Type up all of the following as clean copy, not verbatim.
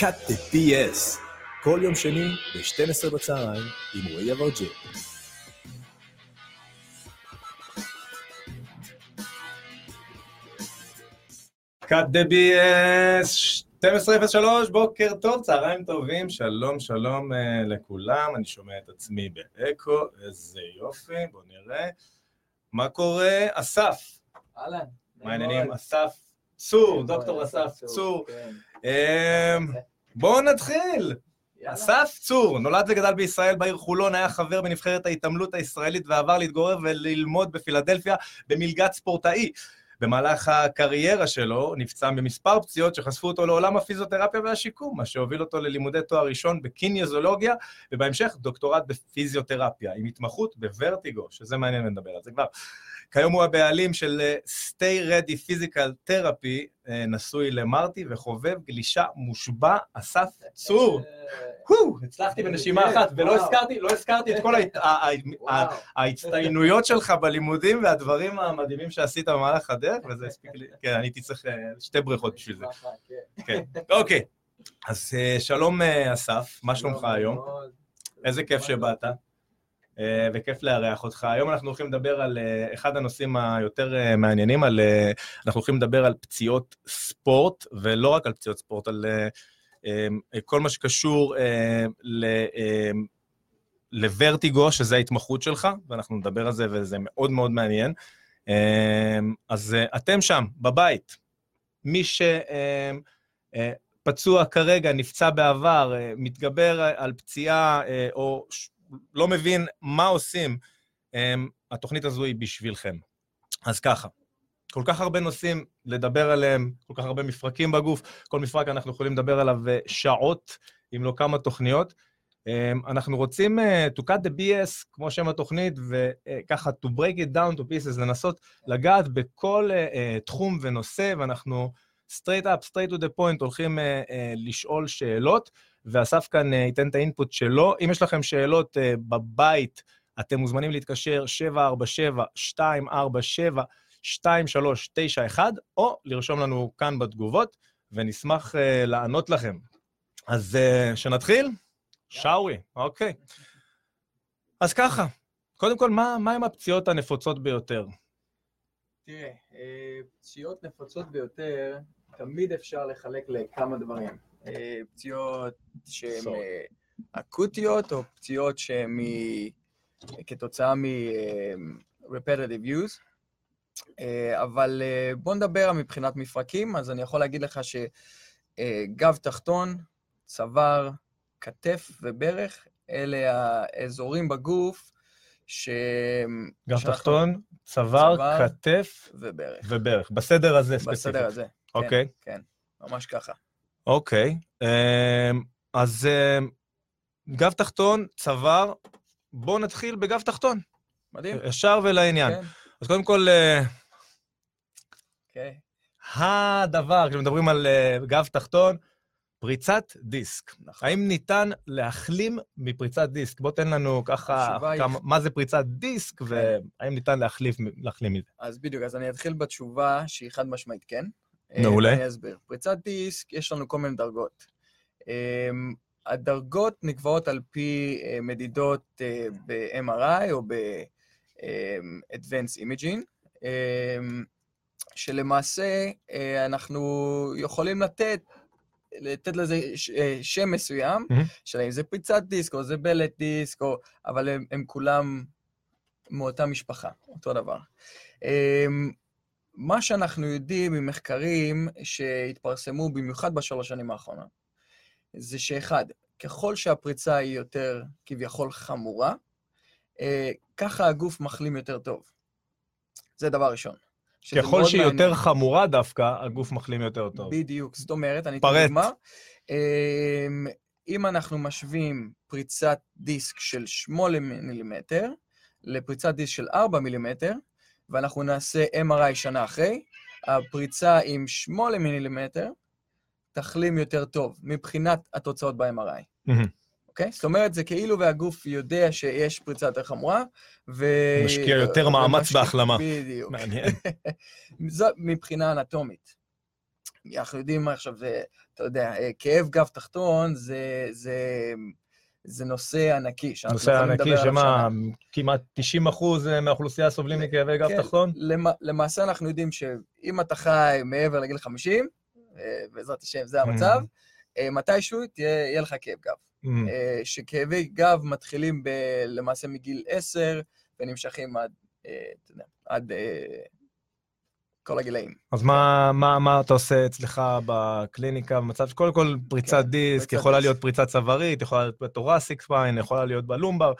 Cut the BS, כל יום שני ב-12 בצהריים עם רועי אברג'ל. Cut the BS, 12:03, בוקר טוב, צהריים טובים, שלום שלום לכולם, אני שומע את עצמי באקו, איזה יופי, בוא נראה. מה קורה? אסף. אהלן. מה העניינים? אסף צור, דוקטור אסף צור. בואו נתחיל. אסף צור, נולד וגדל בישראל בעיר חולון, היה חבר בנבחרת ההתעמלות הישראלית ועבר להתגורר וללמוד בפילדלפיה במלגת ספורטאי. במהלך הקריירה שלו נפצע במספר פציעות שחשפו אותו לעולם הפיזיותרפיה והשיקום, מה שהוביל אותו ללימודי תואר ראשון בקיניוזולוגיה, ובהמשך דוקטורט בפיזיותרפיה, עם התמחות בוורטיגו, שזה מעניין לדבר על זה כבר. כיום הוא הבעלים של Stay Ready Physical Therapy, נשוי למרטי וחובב גלישה מושבע, אסף צור. הצלחתי בנשימה אחת, ולא הזכרתי את כל ההצטיינויות שלך בלימודים והדברים המדהימים שעשית במהלך הדרך, וזה הספיק לי, כן, אני הייתי צריך 2 בריכות בשביל זה. כן, אוקיי. אז שלום אסף, מה שלומך היום? איזה כיף שבאת. וכיף לארח אותך. היום אנחנו הולכים לדבר על אחד הנושאים היותר מעניינים, אנחנו הולכים לדבר על פציעות ספורט, ולא רק על פציעות ספורט, על כל מה שקשור לוורטיגו, שזה ההתמחות שלך, ואנחנו נדבר על זה, וזה מאוד מאוד מעניין. אז אתם שם, בבית, מי שפצוע כרגע, נפצע בעבר, מתגבר על פציעה, או לא מבין מה עושים, התוכנית הזו היא בשבילכם. אז ככה, כל כך הרבה נושאים לדבר עליהם, כל כך הרבה מפרקים בגוף, כל מפרק אנחנו יכולים לדבר עליו שעות, אם לא כמה תוכניות. אנחנו רוצים to cut the BS, כמו שם התוכנית, וככה to break it down to pieces, לנסות לגעת בכל תחום ונושא, ואנחנו straight up, straight to the point, הולכים לשאול שאלות, ואסף כאן ייתן את האינפוט שלו. אם יש לכם שאלות בבית, אתם מוזמנים להתקשר 747-247-2391, או לרשום לנו כאן בתגובות, ונשמח לענות לכם. אז שנתחיל? שאווי, אוקיי. אז ככה, קודם כל, מה הם הפציעות הנפוצות ביותר? תראה, פציעות נפוצות ביותר, תמיד אפשר לחלק לכמה דברים. פציעות שהן אקוטיות, או פציעות שהן כתוצאה מ-repetitive use. אבל בוא נדבר מבחינת מפרקים, אז אני יכול להגיד לך שגב תחתון, צוואר, כתף וברך, אלה האזורים בגוף גב תחתון, צוואר, כתף וברך. בסדר הזה ספציפית. בסדר הזה, כן, כן, ממש ככה. אוקיי, אז גב תחתון, צוואר, בואו נתחיל בגב תחתון. מדהים. ישר ולעניין. כן. אז קודם כל, אוקיי. הדבר, כשמדברים על גב תחתון, פריצת דיסק. נכון. האם ניתן להחלים מפריצת דיסק? בוא תן לנו ככה, מה זה פריצת דיסק, כן. והאם ניתן להחלים מזה? אז בדיוק, אז אני אתחיל בתשובה שהיא חד משמעית כן. מעולה. אני אסביר. פריצת דיסק, יש לנו כל מיני דרגות. הדרגות נקבעות על פי מדידות ב-MRI או ב-Advanced Imaging, שלמעשה אנחנו יכולים לתת לזה שם מסוים, שלהם זה פריצת דיסק או זה בלט דיסק, אבל הם כולם מאותה משפחה, אותו דבר. מה שאנחנו יודעים ממחקרים שהתפרסמו במיוחד ב3 שנים האחרונות, זה שאחד, ככל שהפריצה היא יותר כביכול חמורה, ככה הגוף מחלים יותר טוב. זה דבר ראשון. ככל שהיא יותר חמורה דווקא, הגוף מחלים יותר טוב. בדיוק, זאת אומרת, אני אתן דוגמה. אם אנחנו משווים פריצת דיסק של 8 מילימטר, לפריצת דיסק של 4 מילימטר, ואנחנו נעשה MRI שנה אחרי, הפריצה עם 8 מילימטר, תחלים יותר טוב, מבחינת התוצאות ב-MRI. אוקיי? זאת אומרת, זה כאילו והגוף יודע שיש פריצה יותר חמורה, משקיע יותר מאמץ בהחלמה. בדיוק. מעניין. זו מבחינה אנטומית. אנחנו יודעים עכשיו, אתה יודע, כאב גב תחתון זה נושא ענקי, שאנחנו יכולים לדבר עליו שנה. כמעט 90% מהאוכלוסייה סובלים מכאבי גב תחתון? למעשה אנחנו יודעים שאם אתה חי מעבר לגיל 50, בעזרת השם זה המצב, מתישהו יהיה לך כאב גב. שכאבי גב מתחילים למעשה מגיל 10, ונמשכים עד כל הגילאים. אז מה אתה עושה אצלך בקליניקה, במצב שקודם כל פריצת דיסק, יכולה להיות פריצת צווארית, יכולה להיות בתורסיק ספיין, יכולה להיות בלומבר.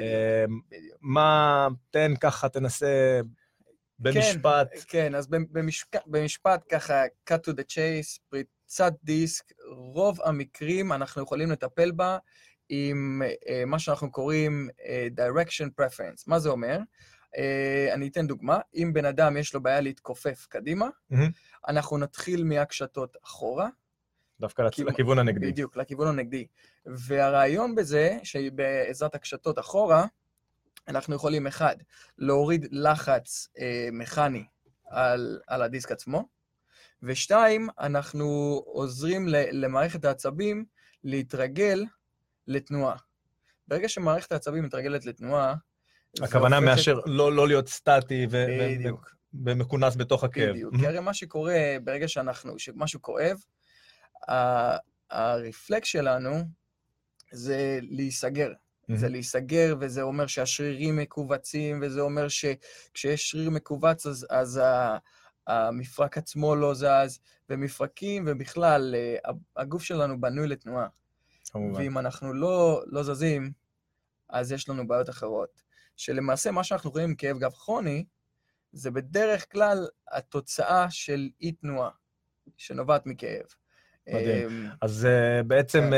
מה, תן ככה, תנסה במשפט. כן, אז במשפט ככה, cut to the chase, פריצת דיסק, רוב המקרים אנחנו יכולים לטפל בה עם מה שאנחנו קוראים direction preference. מה זה אומר? אני אתן דוגמה, אם בן אדם יש לו בעיה להתכופף קדימה, אנחנו נתחיל מהקשתות אחורה. דווקא לכיוון הנגדי. בדיוק, לכיוון הנגדי. והרעיון בזה, שבעזרת הקשתות אחורה, אנחנו יכולים, אחד, להוריד לחץ מכני על הדיסק עצמו, ושתיים, אנחנו עוזרים למערכת העצבים להתרגל לתנועה. ברגע שמערכת העצבים מתרגלת לתנועה, הכוונה מאשר לא להיות סטטי ומכונס בתוך הכאב. בדיוק, כי הרי מה שקורה ברגע שמשהו כואב, הרפלקס שלנו זה להיסגר. זה להיסגר, וזה אומר שהשרירים מקובצים, וזה אומר שכשיש שריר מקובץ, אז המפרק עצמו לא זז, ומפרקים, ובכלל, הגוף שלנו בנוי לתנועה. ואם אנחנו לא זזים, אז יש לנו בעיות אחרות. שלמעשה מה שאנחנו רואים עם כאב גב כרוני, זה בדרך כלל התוצאה של אי תנועה, שנובעת מכאב. מדהים. אז בעצם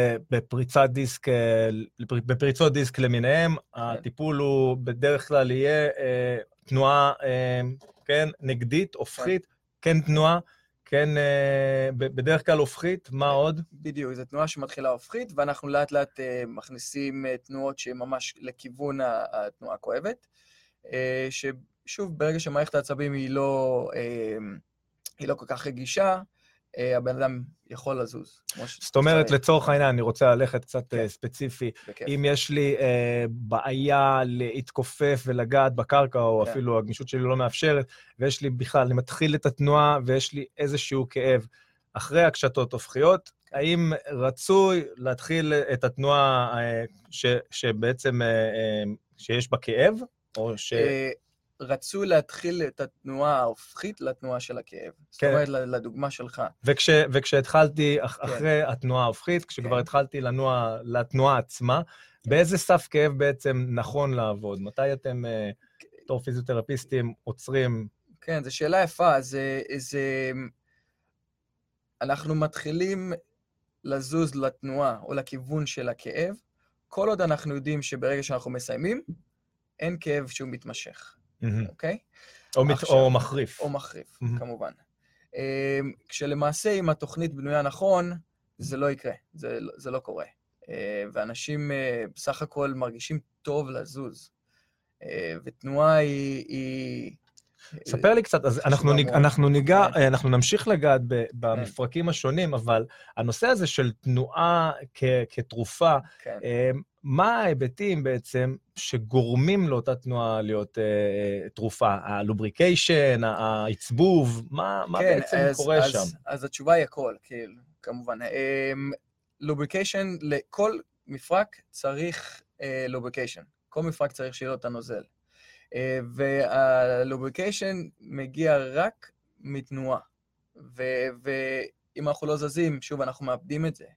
בפריצות דיסק למיניהם, הטיפול הוא בדרך כלל יהיה תנועה, כן, נגדית, הופכית, כן תנועה, כן, בדרך כלל הופכית, מה עוד? בדיוק, זו תנועה שמתחילה הופכית, ואנחנו לאט לאט מכניסים תנועות שממש לכיוון התנועה הכואבת, ששוב, ברגע שמערכת העצבים היא לא כל כך רגישה, הבן אדם יכול לזוז. זאת אומרת, לצורך העניין, אני רוצה ללכת קצת ספציפי, אם יש לי בעיה להתכופף ולגעת בקרקע, או אפילו הגמישות שלי לא מאפשרת, ויש לי בכלל, אני מתחיל את התנועה, ויש לי איזשהו כאב אחרי הקשתות הופכיות, האם רצוי להתחיל את התנועה שבעצם, שיש בה כאב, או ש... רצו להתחיל את התנועה ההופכית לתנועה של הכאב. זאת אומרת, לדוגמה שלך. וכשהתחלתי אחרי התנועה ההופכית, כשכבר התחלתי לנוע לתנועה עצמה, באיזה סף כאב בעצם נכון לעבוד? מתי אתם, בתור פיזיותרפיסטים, עוצרים? כן, זו שאלה יפה. אנחנו מתחילים לזוז לתנועה או לכיוון של הכאב, כל עוד אנחנו יודעים שברגע שאנחנו מסיימים, אין כאב שהוא מתמשך. אוקיי? או מחריף. או מחריף, כמובן. כשלמעשה, אם התוכנית בנויה נכון, זה לא יקרה, זה לא קורה. ואנשים בסך הכל מרגישים טוב לזוז. ותנועה היא... ספר לי קצת, אז אנחנו נמשיך לגעת במפרקים השונים, אבל הנושא הזה של תנועה כתרופה, מה ההיבטים בעצם שגורמים לאותה תנועה להיות תרופה? הלובריקיישן, העצבוב, מה בעצם קורה שם? אז התשובה היא הכל, כמובן. לובריקיישן, לכל מפרק צריך לובריקיישן. כל מפרק צריך שיהיה לו את הנוזל. והלובריקיישן מגיע רק מתנועה. ואם אנחנו לא זזים, שוב, אנחנו מאבדים את זה.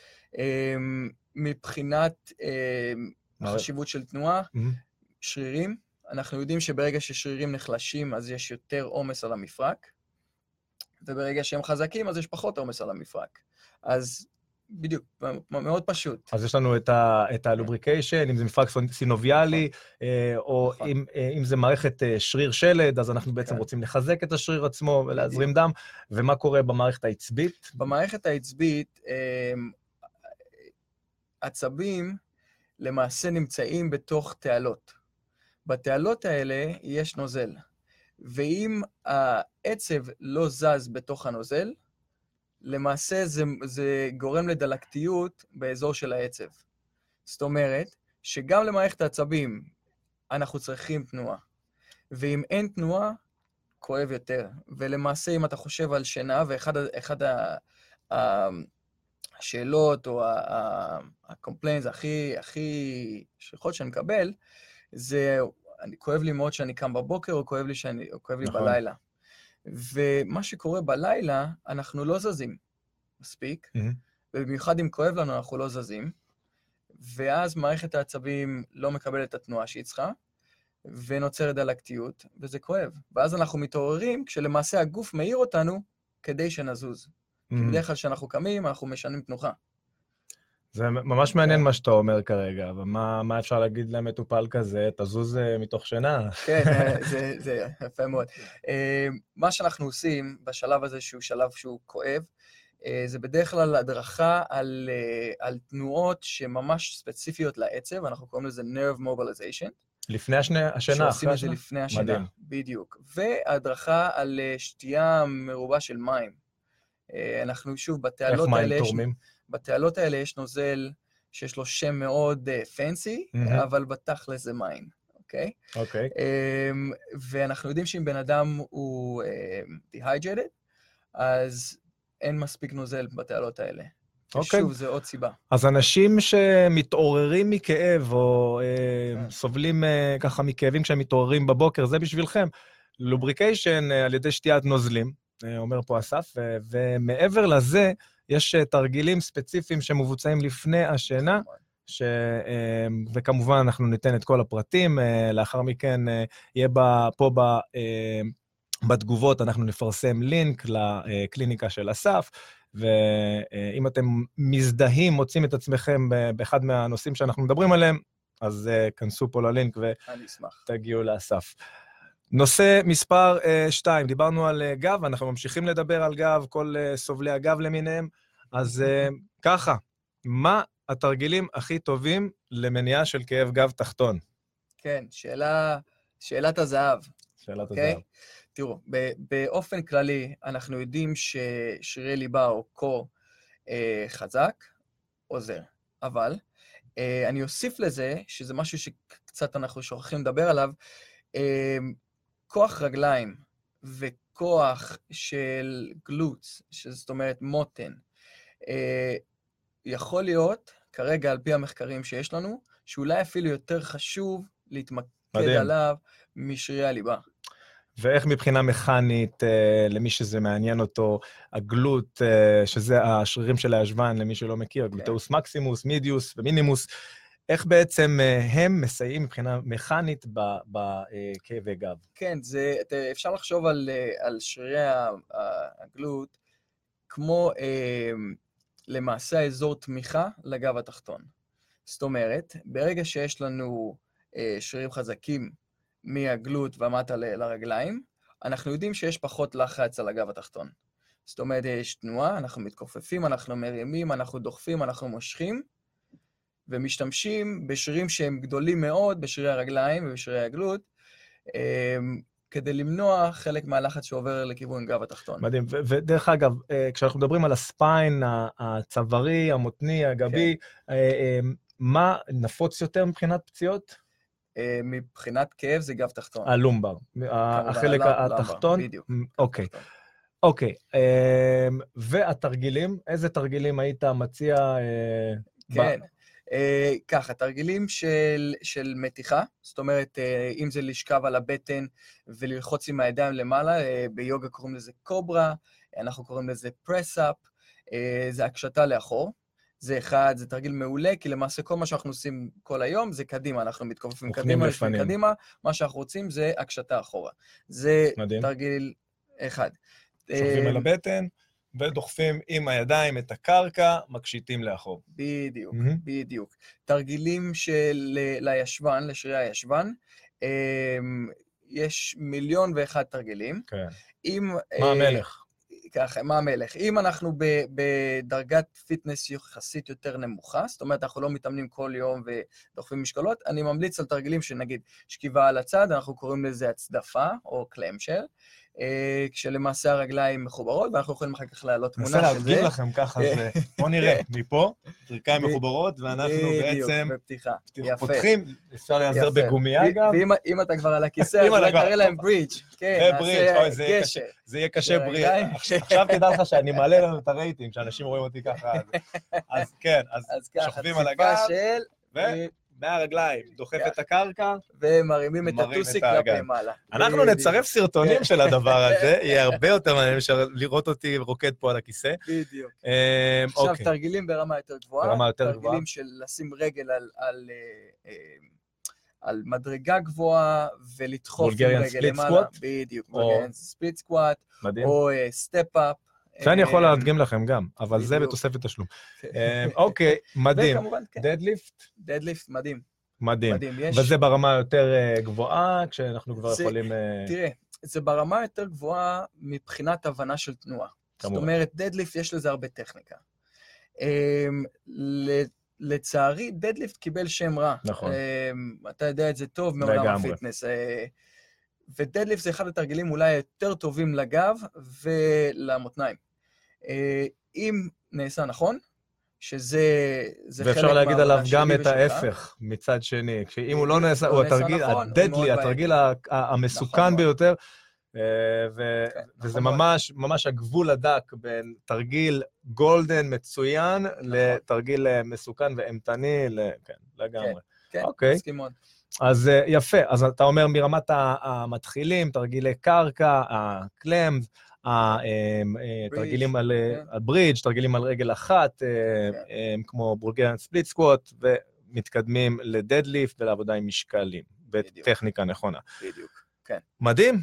מבחינת החשיבות של תנועה, שרירים, אנחנו יודעים שברגע ששרירים נחלשים, אז יש יותר עומס על המפרק, וברגע שהם חזקים, אז יש פחות עומס על המפרק. אז בדיוק, מאוד פשוט. אז יש לנו את הלובריקיישן, אם זה מפרק סינוביאלי, או אם זה מערכת שריר שלד, אז אנחנו בעצם רוצים לחזק את השריר עצמו ולהזרים דם, ומה קורה במערכת העצבית? במערכת העצבית, עצבים למעשה נמצאים בתוך תעלות. בתעלות האלה יש נוזל, ואם העצב לא זז בתוך הנוזל, למעשה זה גורם לדלקתיות באזור של העצב. זאת אומרת, שגם למערכת העצבים אנחנו צריכים תנועה. ואם אין תנועה, כואב יותר. ולמעשה, אם אתה חושב על שינה, ואחד השאלות או הקומפליינס הכי שכות שאני מקבל, זה, כואב לי מאוד שאני קם בבוקר, או כואב לי בלילה. ומה שקורה בלילה, אנחנו לא זזים מספיק, ובמיוחד אם כואב לנו, אנחנו לא זזים, ואז מערכת העצבים לא מקבלת את התנועה שהיא צריכה, ונוצרת דלקתיות, וזה כואב. ואז אנחנו מתעוררים, כשלמעשה הגוף מעיר אותנו כדי שנזוז. כי בדרך כלל כשאנחנו קמים, אנחנו משנים תנוחה. זה ממש מעניין מה שאתה אומר כרגע, ומה אפשר להגיד למטופל כזה? תזוז מתוך שינה. כן, זה יפה מאוד. מה שאנחנו עושים בשלב הזה, שהוא שלב שהוא כואב, זה בדרך כלל הדרכה על תנועות שממש ספציפיות לעצב, אנחנו קוראים לזה nerve mobilization. לפני השינה, שעושים את זה לפני השינה. מדהים. בדיוק. והדרכה על שתייה מרובה של מים. אנחנו שוב, בתעלות האלה... איך מים תורמים? בתעלות האלה יש נוזל שיש לו שם מאוד פנסי, אבל בתכלס זה מים, אוקיי? אוקיי. ואנחנו יודעים שאם בן אדם הוא dehydrated, אז אין מספיק נוזל בתעלות האלה. אוקיי. שוב, זה עוד סיבה. אז אנשים שמתעוררים מכאב, או סובלים ככה מכאבים כשהם מתעוררים בבוקר, זה בשבילכם. לובריקיישן על ידי שתיית נוזלים, אומר פה אסף, ומעבר לזה, יש תרגילים ספציפיים שמבוצעים לפני השינה, וכמובן אנחנו ניתן את כל הפרטים, לאחר מכן יהיה פה בתגובות, אנחנו נפרסם לינק לקליניקה של אסף, ואם אתם מזדהים, מוצאים את עצמכם באחד מהנושאים שאנחנו מדברים עליהם, אז כנסו פה ללינק ותגיעו לאסף. נושא מספר 2, דיברנו על גב, אנחנו ממשיכים לדבר על גב, כל סובלי הגב למיניהם, אז ככה, מה התרגילים הכי טובים למניעה של כאב גב תחתון? כן, שאלת הזהב. שאלת הזהב. תראו, באופן כללי, אנחנו יודעים ששרירי ליבה או קור חזק, עוזר. אבל אני אוסיף לזה, שזה משהו שקצת אנחנו שוכחים לדבר עליו, כוח רגליים וכוח של גלוץ, זאת אומרת מותן, יכול להיות, כרגע על פי המחקרים שיש לנו, שאולי אפילו יותר חשוב להתמקד עליו משרירי הליבה. ואיך מבחינה מכנית, למי שזה מעניין אותו, הגלוט, שזה השרירים של הישבן, למי שלא מכיר, גלוטאוס מקסימוס, מידיוס ומינימוס, איך בעצם הם מסייעים מבחינה מכנית בכאבי גב? כן, אפשר לחשוב על שרירי הגלוט, כמו למעשה האזור תמיכה לגב התחתון. זאת אומרת, ברגע שיש לנו שרירים חזקים מהגלוט ומטה לרגליים, אנחנו יודעים שיש פחות לחץ על הגב התחתון. זאת אומרת, יש תנועה, אנחנו מתכופפים, אנחנו מרימים, אנחנו דוחפים, אנחנו מושכים, ומשתמשים בשרירים שהם גדולים מאוד, בשרירי הרגליים ובשרירי הגלוט, כדי למנוע חלק מהלחץ שעובר לכיוון גב התחתון. מדהים, ודרך אגב, כשאנחנו מדברים על הספיין, הצווארי, המותני, הגבי, מה נפוץ יותר מבחינת פציעות? מבחינת כאב זה גב תחתון. הלומבר, החלק התחתון? בדיוק. אוקיי. אוקיי, והתרגילים, איזה תרגילים היית מציע? כן, ככה, תרגילים של מתיחה, זאת אומרת, אם זה לשכב על הבטן וללחוץ עם הידיים למעלה, ביוגה קוראים לזה קוברה, אנחנו קוראים לזה פרס-אפ, זה הקשתה לאחור. זה אחד, זה תרגיל מעולה, כי למעשה כל מה שאנחנו עושים כל היום זה קדימה, אנחנו מתכופפים קדימה, לפנים קדימה, מה שאנחנו רוצים זה הקשתה אחורה. זה תרגיל אחד. שוכבים על הבטן ודוחפים עם הידיים את הקרקע, מקשיטים לאחור. בדיוק, בדיוק. תרגילים לישבן, לשרירי הישבן, יש 1,000,001 תרגילים. כן. מה המלך? ככה, מה המלך? אם אנחנו בדרגת פיטנס יחסית יותר נמוכה, זאת אומרת, אנחנו לא מתאמנים כל יום ודוחפים משקולות, אני ממליץ על תרגילים שנגיד שכיבה על הצד, אנחנו קוראים לזה הצדפה או קלמשל, כשלמעשה הרגליים מחוברות, ואנחנו יכולים אחר כך להעלות תמונה ננסה של זה. להדגים לכם ככה, בואו נראה, מפה, ברכיים מחוברות, ואנחנו בעצם בפתיחה. פותחים, אפשר להיעזר בגומיה גם. ואם אתה כבר על הכיסא, אז אולי תראה להם ברידג'. כן, נעשה גשר. זה יהיה קשה ברידג'. עכשיו תדע לך שאני מעלה לנו את הרייטינג, שאנשים רואים אותי ככה. אז כן, אז שוכבים על הגב, מהרגליים, דוחף את הקרקע, ומרימים את הטוסיק כלפי מעלה. אנחנו נצרף סרטונים של הדבר הזה, יהיה הרבה יותר מעניין לראות אותי רוקד פה על הכיסא. בדיוק. עכשיו, תרגילים ברמה יותר גבוהה, תרגילים של לשים רגל על מדרגה גבוהה, ולדחוף עם רגל למעלה. בדיוק, בולגריאן ספליט סקואט, או סטפ-אפ. שאני יכול להדגים לכם גם, אבל זה בתוספת תשלום. אוקיי, מדהים. דדליפט? דדליפט, מדהים. מדהים. וזה ברמה יותר גבוהה, כשאנחנו כבר יכולים... תראה, זה ברמה יותר גבוהה מבחינת הבנה של תנועה. זאת אומרת, דדליפט יש לזה הרבה טכניקה. לצערי, דדליפט קיבל שם רע. נכון. אתה יודע את זה טוב מעולם הפיטנס. ודדליפט זה אחד התרגילים אולי יותר טובים לגב ולמותניים. אם נעשה נכון, שזה חלק ואפשר להגיד עליו גם את ההפך מצד שני. אם הוא לא נעשה, הוא התרגיל הדדלי, התרגיל המסוכן ביותר, וזה ממש הגבול הדק בין תרגיל גולדן מצוין לתרגיל מסוכן ואימתני, כן, לגמרי. כן, מסכים מאוד. אז יפה, אז אתה אומר מרמת המתחילים, תרגילי קרקע, הקלמס, תרגילים על ברידג', תרגילים על רגל אחת, כמו בולגריאן ספליט סקווט, ומתקדמים לדדליפט ולעבודה עם משקלים, בטכניקה נכונה. בדיוק, כן. מדהים.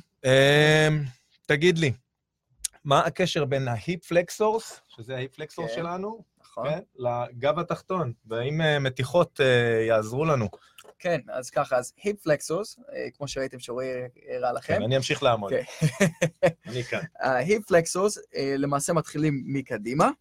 תגיד לי, מה הקשר בין ההיפ פלקסורס, שזה ההיפ פלקסורס שלנו, לגב התחתון, והאם מתיחות יעזרו לנו? כן, אז ככה, אז היפ פלקסורס, כמו שראיתם שרועי הראה לכם. כן, אני אמשיך לעמוד. אני כאן. ההיפ פלקסורס למעשה מתחילים מקדימה,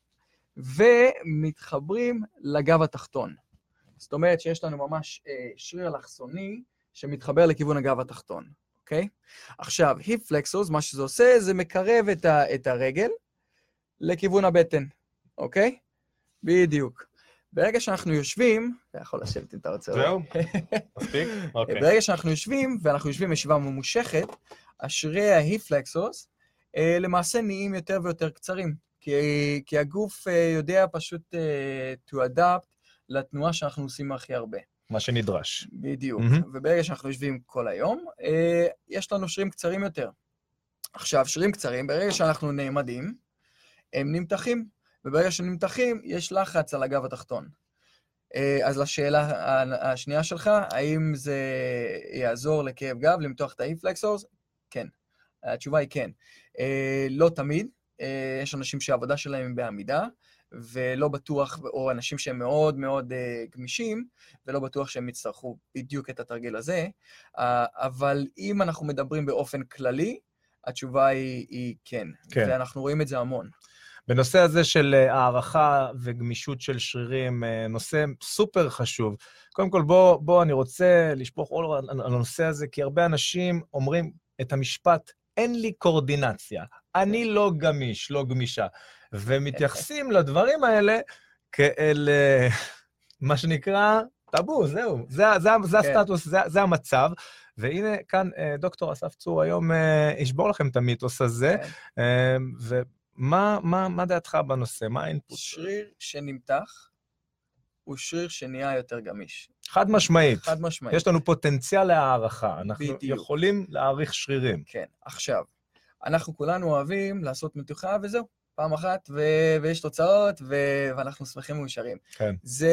ומתחברים לגב התחתון. זאת אומרת שיש לנו ממש שריר אלכסוני, שמתחבר לכיוון הגב התחתון, אוקיי? עכשיו, היפ פלקסורס, מה שזה עושה, זה מקרב את הרגל לכיוון הבטן, אוקיי? בדיוק. ברגע שאנחנו יושבים, אתה יכול לשבת אם אתה רוצה. זהו? מספיק? אוקיי. ברגע שאנחנו יושבים, ואנחנו יושבים ישיבה ממושכת, השרירי ההיפ פלקסורס למעשה נהיים יותר ויותר קצרים, כי הגוף יודע פשוט to adapt לתנועה שאנחנו עושים הכי הרבה. מה שנדרש. בדיוק. וברגע שאנחנו יושבים כל היום, יש לנו שרירים קצרים יותר. עכשיו, שרירים קצרים, ברגע שאנחנו נעמדים, הם נמתחים. וברגע שנמתחים, יש לחץ על הגב התחתון. אז לשאלה השנייה שלך, האם זה יעזור לכאב גב, למתוח את ההיפ פלקסורס? כן. התשובה היא כן. לא תמיד. יש אנשים שהעבודה שלהם היא בעמידה, ולא בטוח, או אנשים שהם מאוד מאוד גמישים, ולא בטוח שהם יצטרכו בדיוק את התרגיל הזה. אבל אם אנחנו מדברים באופן כללי, התשובה היא כן. ואנחנו רואים את זה המון. בנושא הזה של הערכה וגמישות של שרירים, נושא סופר חשוב. קודם כל, בוא אני רוצה לשפוך אור על הנושא הזה, כי הרבה אנשים אומרים את המשפט, אין לי קורדינציה, אני לא גמיש, לא גמישה, ומתייחסים לדברים האלה כאל מה שנקרא טאבו, זהו, זה הסטטוס, זה המצב, והנה כאן דוקטור אסף צור היום ישבור לכם את המיתוס הזה, מה דעתך בנושא? מה האינפוט? שריר שנמתח הוא שריר שנהיה יותר גמיש. חד משמעית. חד משמעית. יש לנו פוטנציאל להערכה. אנחנו יכולים להעריך שרירים. כן. עכשיו, אנחנו כולנו אוהבים לעשות מתוחה וזהו. פעם אחת, ויש תוצאות, ואנחנו שמחים ומאושרים. כן.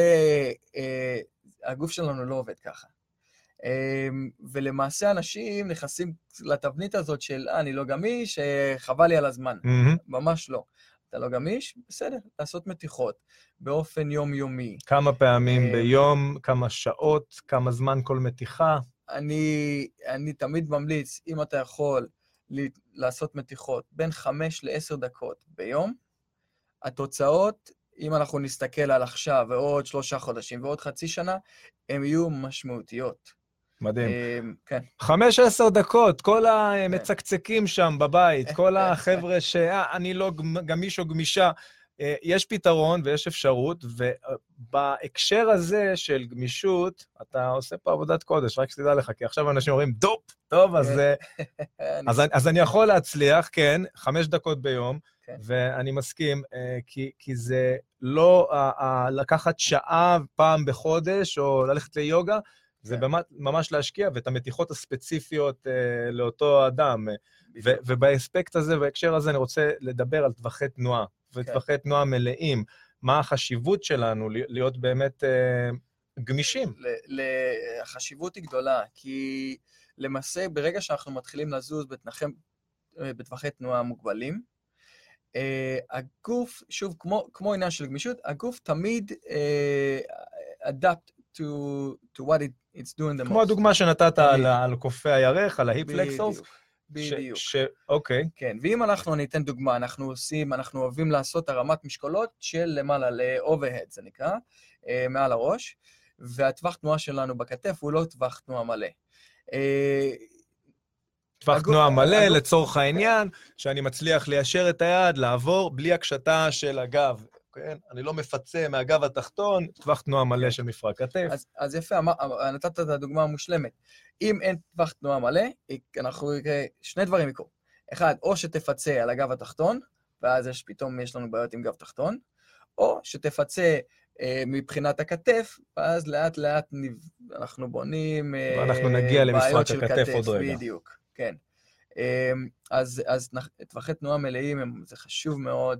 הגוף שלנו לא עובד ככה. ולמעשה אנשים נכנסים לתבנית הזאת של, אני לא גמיש, חבל לי על הזמן. ממש לא. אתה לא גמיש? בסדר, לעשות מתיחות באופן יומיומי. כמה פעמים ביום, כמה שעות, כמה זמן כל מתיחה? אני תמיד ממליץ, אם אתה יכול לעשות מתיחות בין 5 ל-10 דקות ביום, התוצאות, אם אנחנו נסתכל על עכשיו ועוד 3 חודשים ועוד חצי שנה, הן יהיו משמעותיות. מדהים. כן. 15 דקות, כל המצקצקים שם בבית, כל החבר'ה שאני לא גמיש או גמישה, יש פתרון ויש אפשרות, ובהקשר הזה של גמישות, אתה עושה פה עבודת קודש, רק שתדע לך, כי עכשיו אנשים אומרים, דופ, טוב, אז אני יכול להצליח, כן, 5 דקות ביום, ואני מסכים, כי זה לא לקחת שעה פעם בחודש, או ללכת ליוגה, זה ממש להשקיע, ואת המתיחות הספציפיות לאותו אדם. ובאספקט הזה, בהקשר הזה, אני רוצה לדבר על טווחי תנועה, וטווחי תנועה מלאים. מה החשיבות שלנו להיות באמת גמישים? החשיבות היא גדולה, כי למעשה, ברגע שאנחנו מתחילים לזוז בטווחי תנועה מוגבלים, הגוף, שוב, כמו עניין של גמישות, הגוף תמיד adapt to what it's doing the most. כמו הדוגמה שנתת על קופי הירך, על ההיפ-פלקסורס. בדיוק. אוקיי. כן, ואם אנחנו ניתן דוגמה, אנחנו אוהבים לעשות הרמת משקולות של למעלה ל-overhead, זה נקרא, מעל הראש, והטווח תנועה שלנו בכתף הוא לא טווח תנועה מלא. טווח תנועה מלא, לצורך העניין, שאני מצליח ליישר את היד, לעבור בלי הקשתה של הגב. אני לא מפצה מהגב התחתון, טווח תנועה מלא של מפרק כתף. אז יפה, נתת את הדוגמה המושלמת. אם אין טווח תנועה מלא, שני דברים יקרו. אחד, או שתפצה על הגב התחתון, ואז פתאום יש לנו בעיות עם גב תחתון, או שתפצה מבחינת הכתף, ואז לאט לאט אנחנו בונים ואנחנו נגיע למפרק הכתף עוד רגע. בדיוק, כן. אז טווחי תנועה מלאים, זה חשוב מאוד,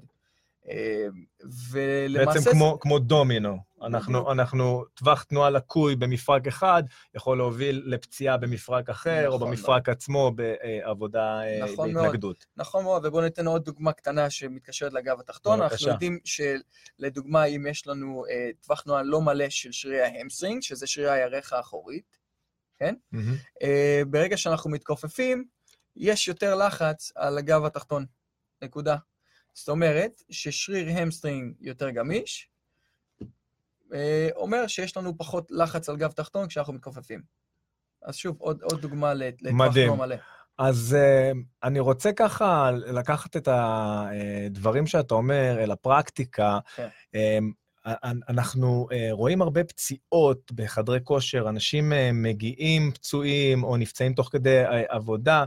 בעצם כמו דומינו. אנחנו טווח תנועה לקוי במפרק אחד, יכול להוביל לפציעה במפרק אחר, או במפרק עצמו בעבודה בהתנגדות. נכון מאוד, ובואו ניתן עוד דוגמה קטנה שמתקשרת לגב התחתון. אנחנו יודעים שלדוגמה, אם יש לנו טווח תנועה לא מלא של שרירי ההמסטרינג, שזה שרירי הירך האחורית, כן? ברגע שאנחנו מתכופפים, יש יותר לחץ על הגב התחתון. נקודה. זאת אומרת ששריר המסטרינג יותר גמיש, אומר שיש לנו פחות לחץ על גב תחתון כשאנחנו מתכופפים. אז שוב, עוד דוגמה לטווח תנועה מלא. אז אני רוצה ככה לקחת את הדברים שאתה אומר אל הפרקטיקה. אנחנו רואים הרבה פציעות בחדרי כושר, אנשים מגיעים פצועים או נפצעים תוך כדי עבודה,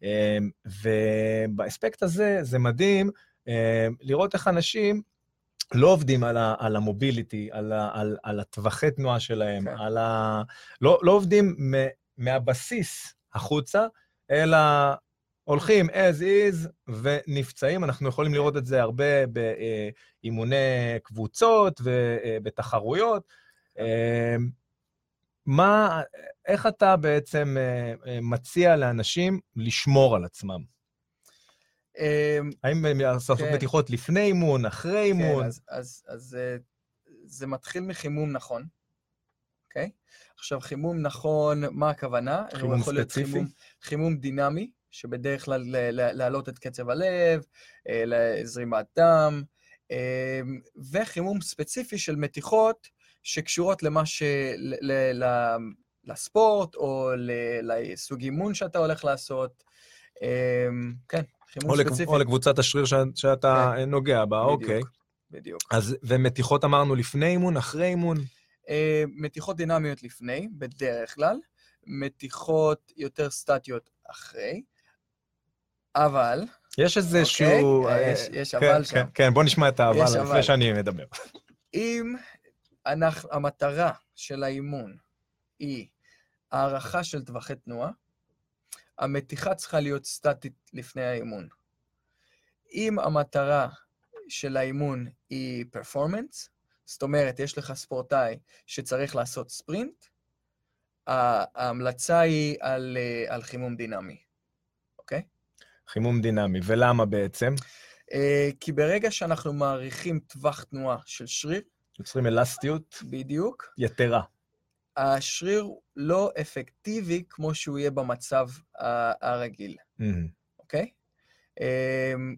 ובאספקט הזה זה מדהים, לראות איך אנשים לא עובדים על המוביליטי, על הטווחי תנועה שלהם, לא עובדים מהבסיס החוצה, אלא הולכים as is ונפצעים. אנחנו יכולים לראות את זה הרבה באימוני קבוצות ובתחרויות. איך אתה בעצם מציע לאנשים לשמור על עצמם? האם לעשות מתיחות לפני אימון, אחרי אימון? כן, אז זה מתחיל מחימום נכון, אוקיי? עכשיו, חימום נכון, מה הכוונה? חימום ספציפי? חימום דינמי, שבדרך כלל להעלות את קצב הלב, לזרימת דם, וחימום ספציפי של מתיחות שקשורות לספורט, או לסוג אימון שאתה הולך לעשות. כן. או לקבוצת השריר שאתה נוגע בה, אוקיי. בדיוק. אז, ומתיחות אמרנו לפני אימון, אחרי אימון? מתיחות דינמיות לפני, בדרך כלל. מתיחות יותר סטטיות אחרי. אבל... יש איזשהו... יש אבל שם. כן, בוא נשמע את האבל לפני שאני מדבר. אם המטרה של האימון היא הערכה של טווחי תנועה, המתיחה צריכה להיות סטטית לפני האימון. אם המטרה של האימון היא פרפורמנס, זאת אומרת, יש לך ספורטאי שצריך לעשות ספרינט, ההמלצה היא על חימום דינמי, אוקיי? חימום דינמי, ולמה בעצם? כי ברגע שאנחנו מעריכים טווח תנועה של שריר, יוצרים אלסטיות. בדיוק. יתרה. השריר לא אפקטיבי כמו שהוא יהיה במצב הרגיל, אוקיי?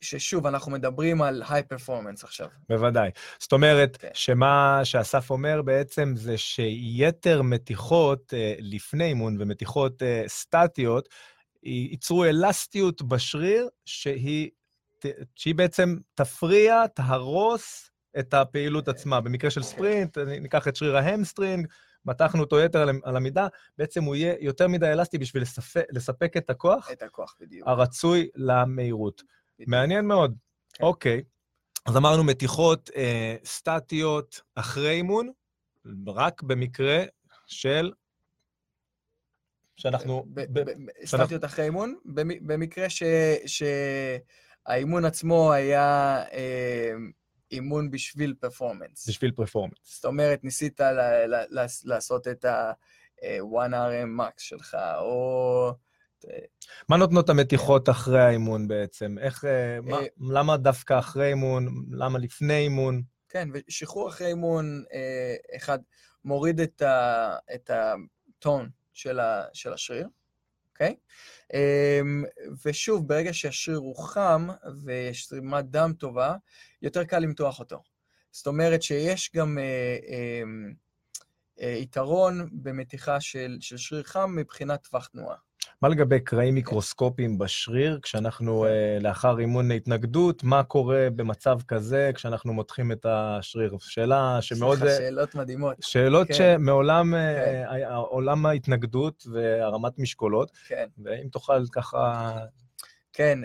ששוב, אנחנו מדברים על היי פרפורמנס עכשיו. בוודאי. זאת אומרת, כן. שמה שאסף אומר בעצם זה שיתר מתיחות לפני אימון ומתיחות סטטיות, ייצרו אלסטיות בשריר שהיא בעצם תפריע, תהרוס את הפעילות עצמה. במקרה של ספרינט, ניקח את שריר ההמסטרינג, מתחנו אותו יתר על המידה, בעצם הוא יהיה יותר מדי אלסטי בשביל לספק את הכוח, בדיוק. הרצוי למהירות. בדיוק. מעניין מאוד. כן. אוקיי. אז אמרנו מתיחות סטטיות אחרי אימון, רק במקרה של... שאנחנו... סטטיות אחרי אימון, במקרה שהאימון עצמו היה אימון בשביל פרפורמנס. בשביל פרפורמנס. זאת אומרת, ניסית לעשות את ה-1RM max שלך, או... מה נותנות המתיחות אחרי האימון בעצם? למה דווקא אחרי אימון? למה לפני אימון? כן, ושחרור אחרי אימון, אחד, מוריד את הטון של השריר, אוקיי? ושוב, ברגע שהשריר הוא חם ויש זרימת דם טובה, יותר קל למתוח אותו. זאת אומרת שיש גם יתרון במתיחה של שריר חם מבחינת טווח תנועה. מה לגבי קרעים מיקרוסקופיים בשריר, כשאנחנו לאחר אימון התנגדות, מה קורה במצב כזה כשאנחנו מותחים את השריר? שאלה שמאוד... שאלות מדהימות. שאלות שמעולם עולם ההתנגדות והרמת משקולות, ואם תוכל ככה... כן,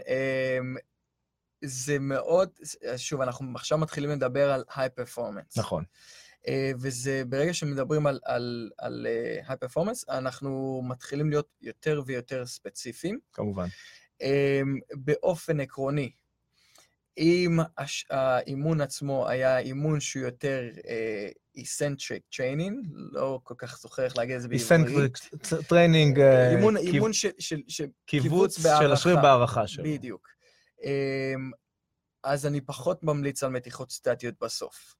זה מאוד... שוב, אנחנו עכשיו מתחילים לדבר על היי פרפורמנס. נכון. וזה, ברגע שמדברים על היי פרפורמנס, אנחנו מתחילים להיות יותר ויותר ספציפיים. כמובן. באופן עקרוני, אם האימון עצמו היה אימון שהוא יותר eccentric training, לא כל כך זוכר איך להגיד את זה בעברית. eccentric training, אימון של קיבוץ של השריר בהערכה שלו. בדיוק. אז אני פחות ממליץ על מתיחות סטטיות בסוף.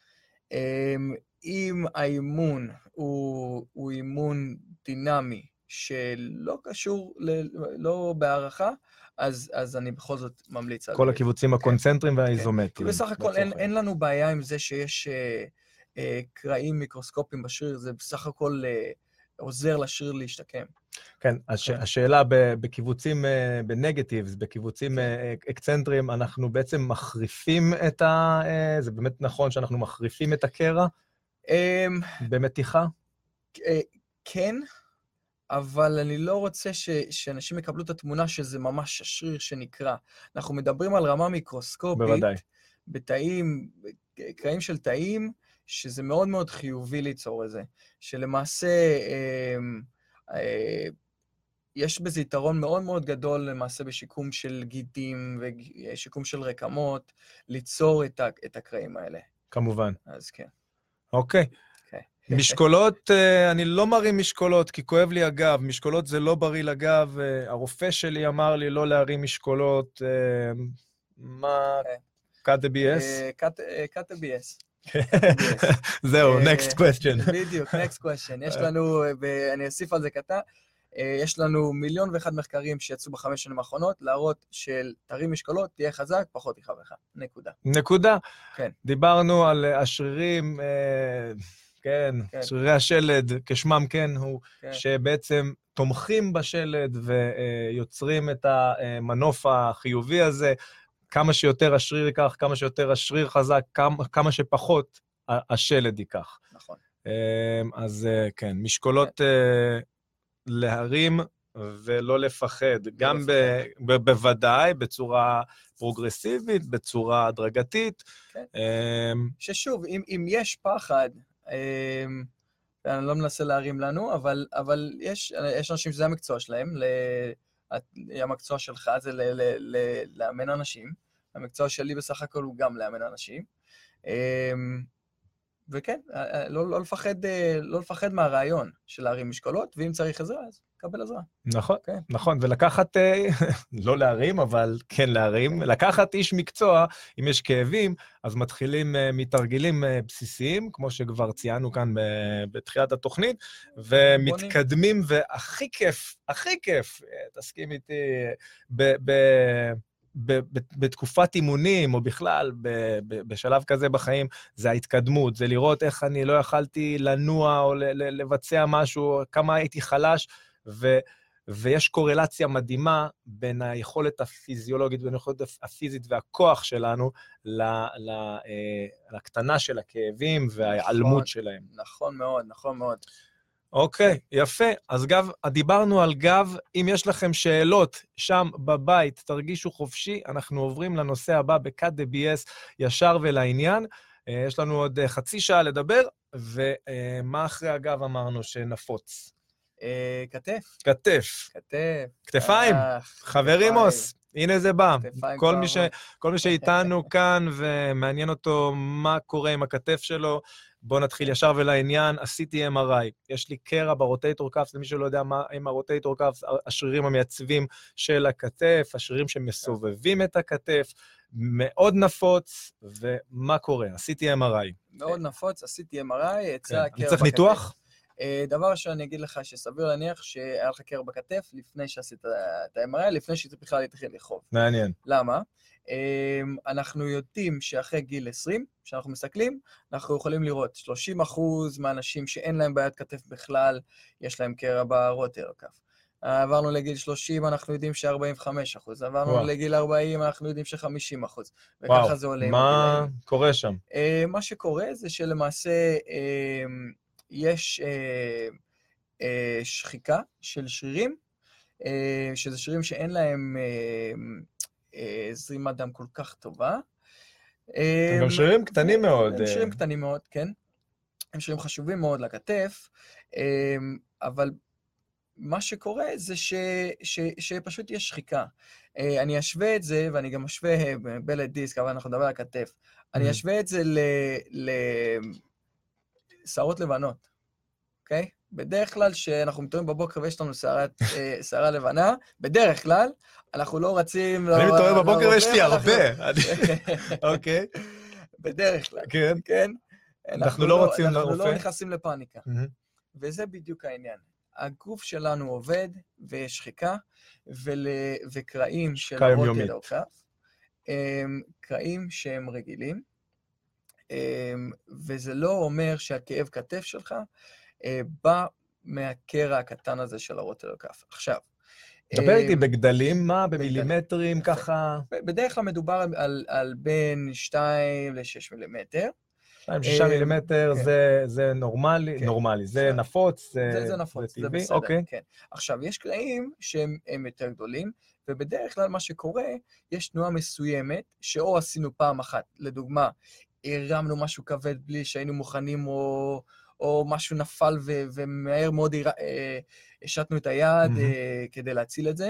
אם האימון הוא אימון דינמי שלא קשור, לא בהערכה, אז אני בכל זאת ממליץ על... כל הקיבוצים הקונצנטריים והאיזומטריים. כי בסך הכל אין לנו בעיה עם זה שיש קרעים מיקרוסקופיים בשריר, זה בסך הכל עוזר לשריר להשתקם. כן, השאלה בקיבוצים, בנגטיבס, בקיבוצים אקצנטריים, אנחנו בעצם מחריפים את זה באמת נכון שאנחנו מחריפים את הקרע במתיחה? כן, אבל אני לא רוצה שאנשים יקבלו את התמונה שזה ממש השריר שנקרא. אנחנו מדברים על רמה מיקרוסקופית, בוודאי. בתאים, קרעים של תאים, שזה מאוד מאוד חיובי ליצור את זה. שלמעשה, יש בזה יתרון מאוד מאוד גדול למעשה בשיקום של גידים ושיקום של רקמות, ליצור את הקרעים האלה. כמובן. אז כן. אוקיי. משקולות, אני לא מרים משקולות, כי כואב לי הגב. משקולות זה לא בריא לגב. הרופא שלי אמר לי לא להרים משקולות. מה? cut the BS? cut the BS. זהו, next question. בדיוק, next question. יש לנו, אני אוסיף על זה קטע, יש לנו 1,000,001 מחקרים שיצאו ב5 שנים האחרונות, להראות של תרים משקולות, תהיה חזק, פחות יחווה לך. נקודה. נקודה. כן. דיברנו על השרירים, כן, שרירי השלד, כשמם כן הוא, שבעצם תומכים בשלד ויוצרים את המנוף החיובי הזה, כמה שיותר השריר ייקח, כמה שיותר השריר חזק, כמה שפחות השלד ייקח. נכון. אז כן, משקולות להרים ולא לפחד, גם בוודאי, בצורה פרוגרסיבית, בצורה הדרגתית. ששוב, אם יש פחד, אני לא מנסה להרים לנו, אבל יש אנשים שזה המקצוע שלהם, המקצוע שלך זה לאמן אנשים, המקצוע שלי בסך הכל הוא גם לאמן אנשים, וכן, לא לפחד מהרעיון של להרים משקולות, ואם צריך עזרה, אז קבל עזרה. נכון, נכון, ולקחת, לא להרים, אבל כן להרים, לקחת איש מקצוע, אם יש כאבים, אז מתחילים מתרגילים בסיסיים, כמו שכבר ציינו כאן בתחילת התוכנית, ומתקדמים, והכי כיף, תסכים איתי, בתקופת אימונים, או בכלל בשלב כזה בחיים, זה ההתקדמות, זה לראות איך אני לא יכלתי לנוע או לבצע משהו, כמה הייתי חלש, ויש קורלציה מדהימה בין היכולת הפיזיולוגית, בין היכולת הפיזית והכוח שלנו, לקטנה של הכאבים וההיעלמות שלהם. נכון מאוד, נכון מאוד. אוקיי, יפה. אז דיברנו על גב. אם יש לכם שאלות שם בבית, תרגישו חופשי. אנחנו עוברים לנושא הבא ב-Cut the BS, ישר ולעניין. יש לנו עוד חצי שעה לדבר, ומה אחרי הגב אמרנו שנפוץ? כתף. כתף. כתף. כתפיים. חברים מוס, הנה זה בא. כל מי שאיתנו כאן ומעניין אותו מה קורה עם הכתף שלו, בואו נתחיל ישר ולעניין. עשיתי MRI. יש לי קרע ברוטייטור קף, למי שלא יודע מה עם הרוטייטור קף, השרירים המייצבים של הכתף, השרירים שמסובבים את הכתף, מאוד נפוץ, ומה קורה? עשיתי MRI. מאוד נפוץ, עשיתי MRI, יצא קרע בכתף. אני צריך ניתוח? דבר שאני אגיד לך שסביר להניח שהיה לך קרע בכתף לפני שעשית את ה-MRI, לפני שזה בכלל התחיל לכאוב. מעניין. למה? אנחנו יודעים שאחרי גיל 20, כשאנחנו מסתכלים, אנחנו יכולים לראות 30% מהאנשים שאין להם בעיית כתף בכלל, יש להם קרע ברוטייטור קף. עברנו לגיל 30, אנחנו יודעים ש-45%. עברנו לגיל 40, אנחנו יודעים ש-50%. וככה זה עולה עם הגילאים. מה קורה שם? מה שקורה זה שלמעשה יש שחיקה של שרירים, שזה שרירים שאין להם זרימת דם כל כך טובה. הם גם שרירים קטנים מאוד. הם שרירים קטנים מאוד, כן. הם שרירים חשובים מאוד לכתף, אבל מה שקורה זה שפשוט יש שחיקה. אני אשווה את זה, ואני גם אשווה בלט דיסק, אבל אנחנו נדבר על הכתף. אני אשווה את זה לשערות לבנות, אוקיי? בדרך כלל, שאנחנו מתעוררים בבוקר ויש לנו שערה לבנה, בדרך כלל, אנחנו לא רצים... אני מתעורר בבוקר ויש לי הרבה. אוקיי. בדרך כלל. כן. כן. אנחנו לא רוצים לרופא. אנחנו לא נכנסים לפאניקה. וזה בדיוק העניין. הגוף שלנו עובד, ויש שחיקה, וקרעים של הרוטייטור קף, קרעים שהם רגילים, וזה לא אומר שהכאב כתף שלך בא מהקרע הקטן הזה של הרוטייטור קף. עכשיו, דבר איתי בגדלים, מה? במילימטרים ככה? בדרך כלל מדובר על בין 2 ל-6 מילימטר. 2-6 מילימטר זה נורמלי, זה נפוץ, זה נפוץ, זה בסדר, כן. עכשיו, יש קרעים שהם יותר גדולים, ובדרך כלל מה שקורה, יש תנועה מסוימת, שאו עשינו פעם אחת, לדוגמה, הרמנו משהו כבד בלי שהיינו מוכנים, או משהו נפל ומהר מאוד השתנו את היד כדי להציל את זה,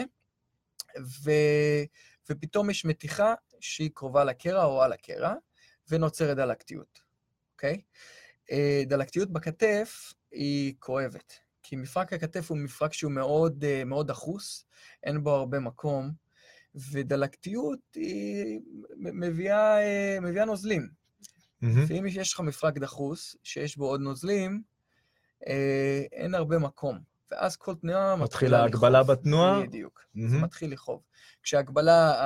ופתאום יש מתיחה שהיא קרובה לקרע או על הקרע, ונוצרת דלקתיות. אוקיי? דלקתיות בכתף היא כואבת, כי מפרק הכתף הוא מפרק שהוא מאוד, מאוד דחוס, אין בו הרבה מקום, ודלקתיות היא מביאה נוזלים. ואם יש לך מפרק דחוס, שיש בו עוד נוזלים, אין הרבה מקום. ואז כל תנועה מתחילה לכאוב. מתחילה הגבלה בתנועה? בדיוק, זה מתחיל לכאוב. כשהגבלה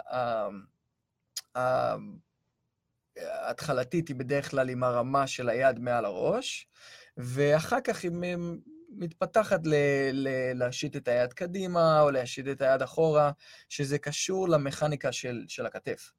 ההתחלתית היא בדרך כלל עם הרמה של היד מעל הראש, ואחר כך היא מתפתחת להשית את היד קדימה, או להשית את היד אחורה, שזה קשור למכניקה של הכתף.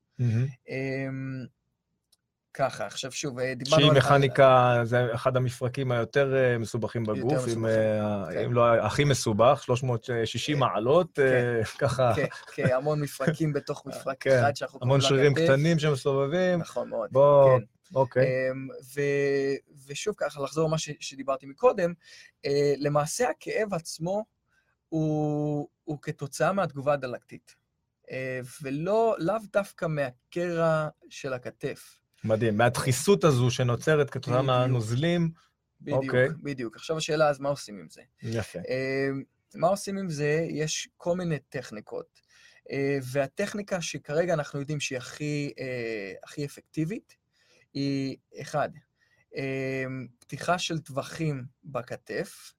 ככה, עכשיו שוב, דיברנו שהיא מכניקה, זה אחד המפרקים היותר מסובכים בגוף, אם לא הכי מסובך, 360 מעלות, ככה. כן, המון מפרקים בתוך מפרק אחד שאנחנו קוראים לכתף. המון שרירים קטנים שמסובבים. נכון מאוד. בוא, אוקיי. ושוב ככה, לחזור למה שדיברתי מקודם, למעשה הכאב עצמו הוא כתוצאה מהתגובה הדלקתית, ולאו דווקא מהקרע של הכתף. מדהים, מהדחיסות הזו שנוצרת כתוצאה מהנוזלים. בדיוק. עכשיו השאלה, אז מה עושים עם זה? יפה. מה עושים עם זה? יש כל מיני טכניקות, והטכניקה שכרגע אנחנו יודעים שהיא הכי אפקטיבית, היא אחד, פתיחה של טווחים בכתף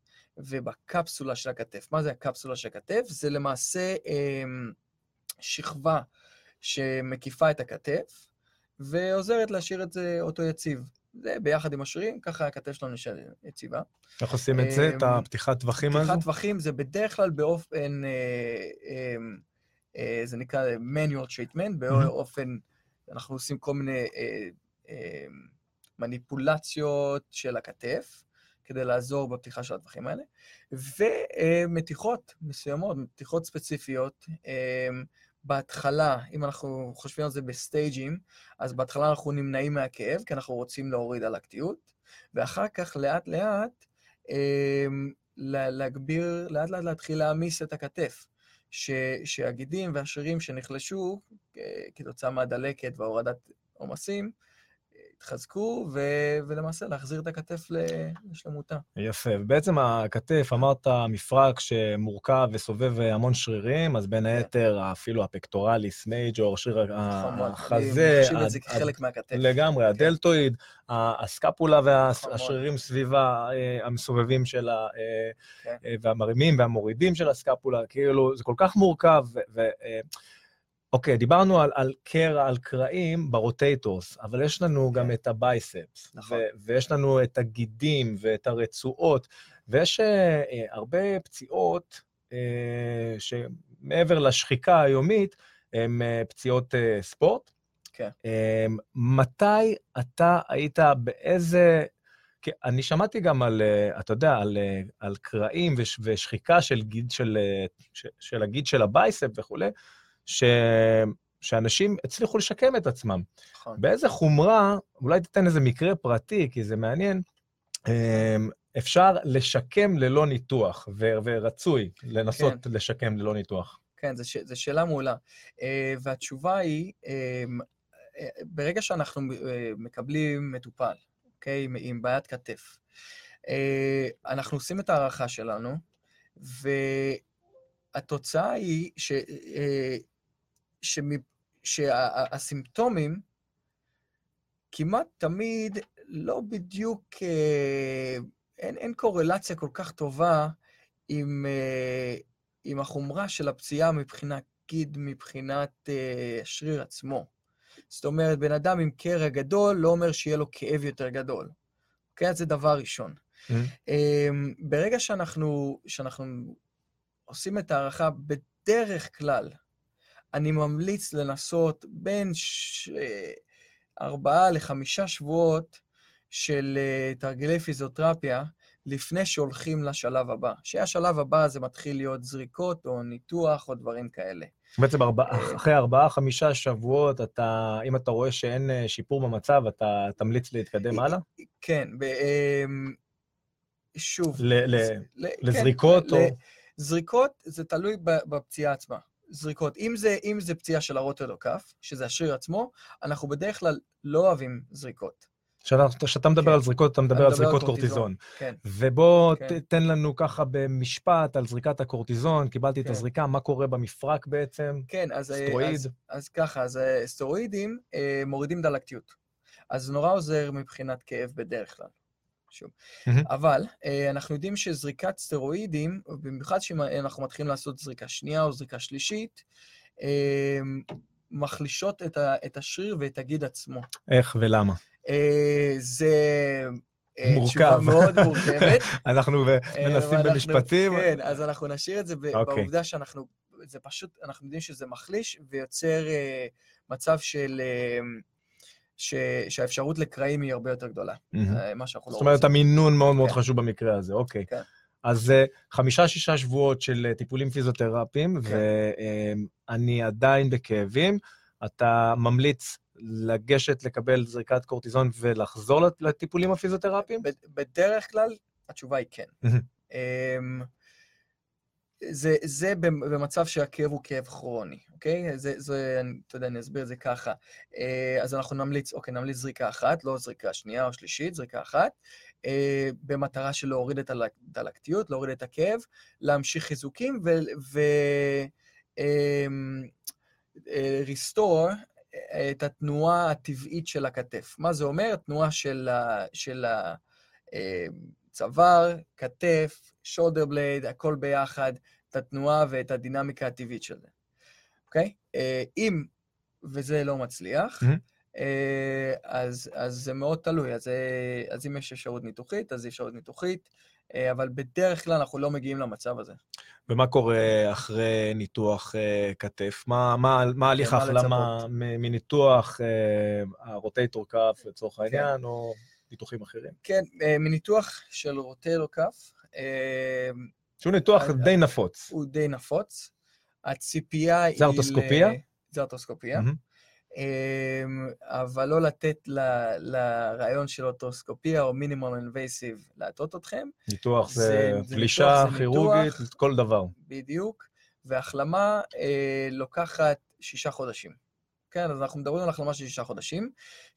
ובקפסולה של הכתף. מה זה הקפסולה של הכתף? זה למעשה שכבה שמקיפה את הכתף, ועוזרת להשאיר את זה אותו יציב. זה ביחד עם השרירים, ככה הכתף שלנו נשאר יציבה. איך עושים את זה, את הפתיחת טווחים הזו? פתיחת טווחים זה בדרך כלל באופן, זה נקרא manual treatment, באופן, אנחנו עושים כל מיני מניפולציות של הכתף, כדי לעזור בפתיחה של הטווחים האלה, ומתיחות מסוימות, מתיחות ספציפיות, בהתחלה, אם אנחנו חושבים על זה בסטייג'ים, אז בהתחלה אנחנו נמנעים מהכאב, כי אנחנו רוצים להוריד הלקטיות, ואחר כך לאט לאט, להגביר, לאט לאט להתחיל להעמיס את הכתף, שהגידים והשרירים שנחלשו, כתוצאה מהדלקת והורדת עומסים, התחזקו, ולמעשה להחזיר את הכתף לשלמותה. יפה. ובעצם הכתף, אמרת מפרק שמורכב וסובב המון שרירים, אז בין היתר אפילו הפקטורליס מייג'ור, שריר החזה, מחשיב את זה כחלק מהכתף. לגמרי, הדלטואיד, הסקפולה והשרירים סביבה המסובבים שלה, והמרימים והמורידים של הסקפולה, כאילו זה כל כך מורכב, אוקיי, דיברנו על קרע, על קרעים ברוטייטורס, אבל יש לנו גם את הבייספס, ויש לנו את הגידים ואת הרצועות, ויש הרבה פציעות שמעבר לשחיקה היומית, הן פציעות ספורט. כן. מתי אתה היית באיזה... אני שמעתי גם על, אתה יודע, על קרעים ושחיקה של הגיד של הבייספ וכו', שאנשים הצליחו לשקם את עצמם. נכון. באיזה חומרה, אולי תיתן איזה מקרה פרטי, כי זה מעניין, אפשר לשקם ללא ניתוח, ורצוי לנסות לשקם ללא ניתוח. כן, זו שאלה מעולה. והתשובה היא, ברגע שאנחנו מקבלים מטופל, אוקיי, עם בעיית כתף, אנחנו עושים את הערכה שלנו, והתוצאה היא שהסימפטומים כמעט תמיד לא בדיוק, אין קורלציה כל כך טובה עם החומרה של הפציעה מבחינת גיד, מבחינת השריר עצמו. זאת אומרת, בן אדם עם קרע גדול לא אומר שיהיה לו כאב יותר גדול. אוקיי? אז זה דבר ראשון. ברגע שאנחנו עושים את הערכה בדרך כלל, אני ממליץ לנסות בין 4 ל-5 שבועות של תרגילי פיזיותרפיה, לפני שהולכים לשלב הבא. שהשלב הבא זה מתחיל להיות זריקות או ניתוח או דברים כאלה. בעצם אחרי 4-5 שבועות, אם אתה רואה שאין שיפור במצב, אתה תמליץ להתקדם הלאה? כן, שוב. לזריקות או... זריקות זה תלוי בפציעה עצמה. זריקות. אם זה פציעה של הרוטל כף, שזה השריר עצמו, אנחנו בדרך כלל לא אוהבים זריקות. כשאתה מדבר על זריקות, אתה מדבר על זריקות קורטיזון. כן. ובוא תן לנו ככה במשפט על זריקת הקורטיזון, קיבלתי את הזריקה, מה קורה במפרק בעצם? כן, סטרואיד. אז ככה, אז סטרואידים מורידים דלקתיות. אז נורא עוזר מבחינת כאב בדרך כלל. שוב. אבל אנחנו יודעים שזריקת סטרואידים, במיוחד שאנחנו מתחילים לעשות זריקה שנייה או זריקה שלישית, מחלישות את השריר ואת הגיד עצמו. איך ולמה? זה מורכב. תשובה מאוד מורכבת. אנחנו מנסים במשפטים. כן, אז אנחנו נשאיר את זה בעובדה שאנחנו, זה פשוט, אנחנו יודעים שזה מחליש ויוצר מצב שהאפשרות לקרעים היא הרבה יותר גדולה. מה שאנחנו לא רוצים. זאת אומרת, המינון מאוד מאוד חשוב במקרה הזה, אוקיי. כן. אז 5-6 שבועות של טיפולים פיזיותרפיים, ואני עדיין בכאבים. אתה ממליץ לגשת לקבל זריקת קורטיזון ולחזור לטיפולים הפיזיותרפיים? בדרך כלל, התשובה היא כן. זה במצב שהכאב הוא כאב כרוני, אוקיי? אתה יודע, אני אסביר את זה ככה. אז אנחנו נמליץ, אוקיי, נמליץ זריקה אחת, לא זריקה שנייה או שלישית, זריקה אחת, במטרה של להוריד את הדלקתיות, להוריד את הכאב, להמשיך חיזוקים restore את התנועה הטבעית של הכתף. מה זה אומר? תנועה של הצוואר, כתף, shoulder blade, הכל ביחד, את התנועה ואת הדינמיקה הטבעית של זה. אוקיי? וזה לא מצליח, אז זה מאוד תלוי. אז אם יש אפשרות ניתוחית, אז אפשרות ניתוחית, אבל בדרך כלל אנחנו לא מגיעים למצב הזה. ומה קורה אחרי ניתוח כתף? מה הליך ההחלמה מניתוח הרוטייטור כף לצורך העניין, או ניתוחים אחרים? כן, מניתוח של רוטייטור כף. שהוא ניתוח די נפוץ. הוא די נפוץ. הציפייה היא... זה ארטוסקופיה? זה ארטוסקופיה. אבל לא לתת לרעיון של ארטוסקופיה או מינימל אינבייסיב להטות אתכם. ניתוח זה פלישה כירורגית, כל דבר. בדיוק. והחלמה לוקחת 6 חודשים. כן, אז אנחנו מדברים על החלמה של 6 חודשים,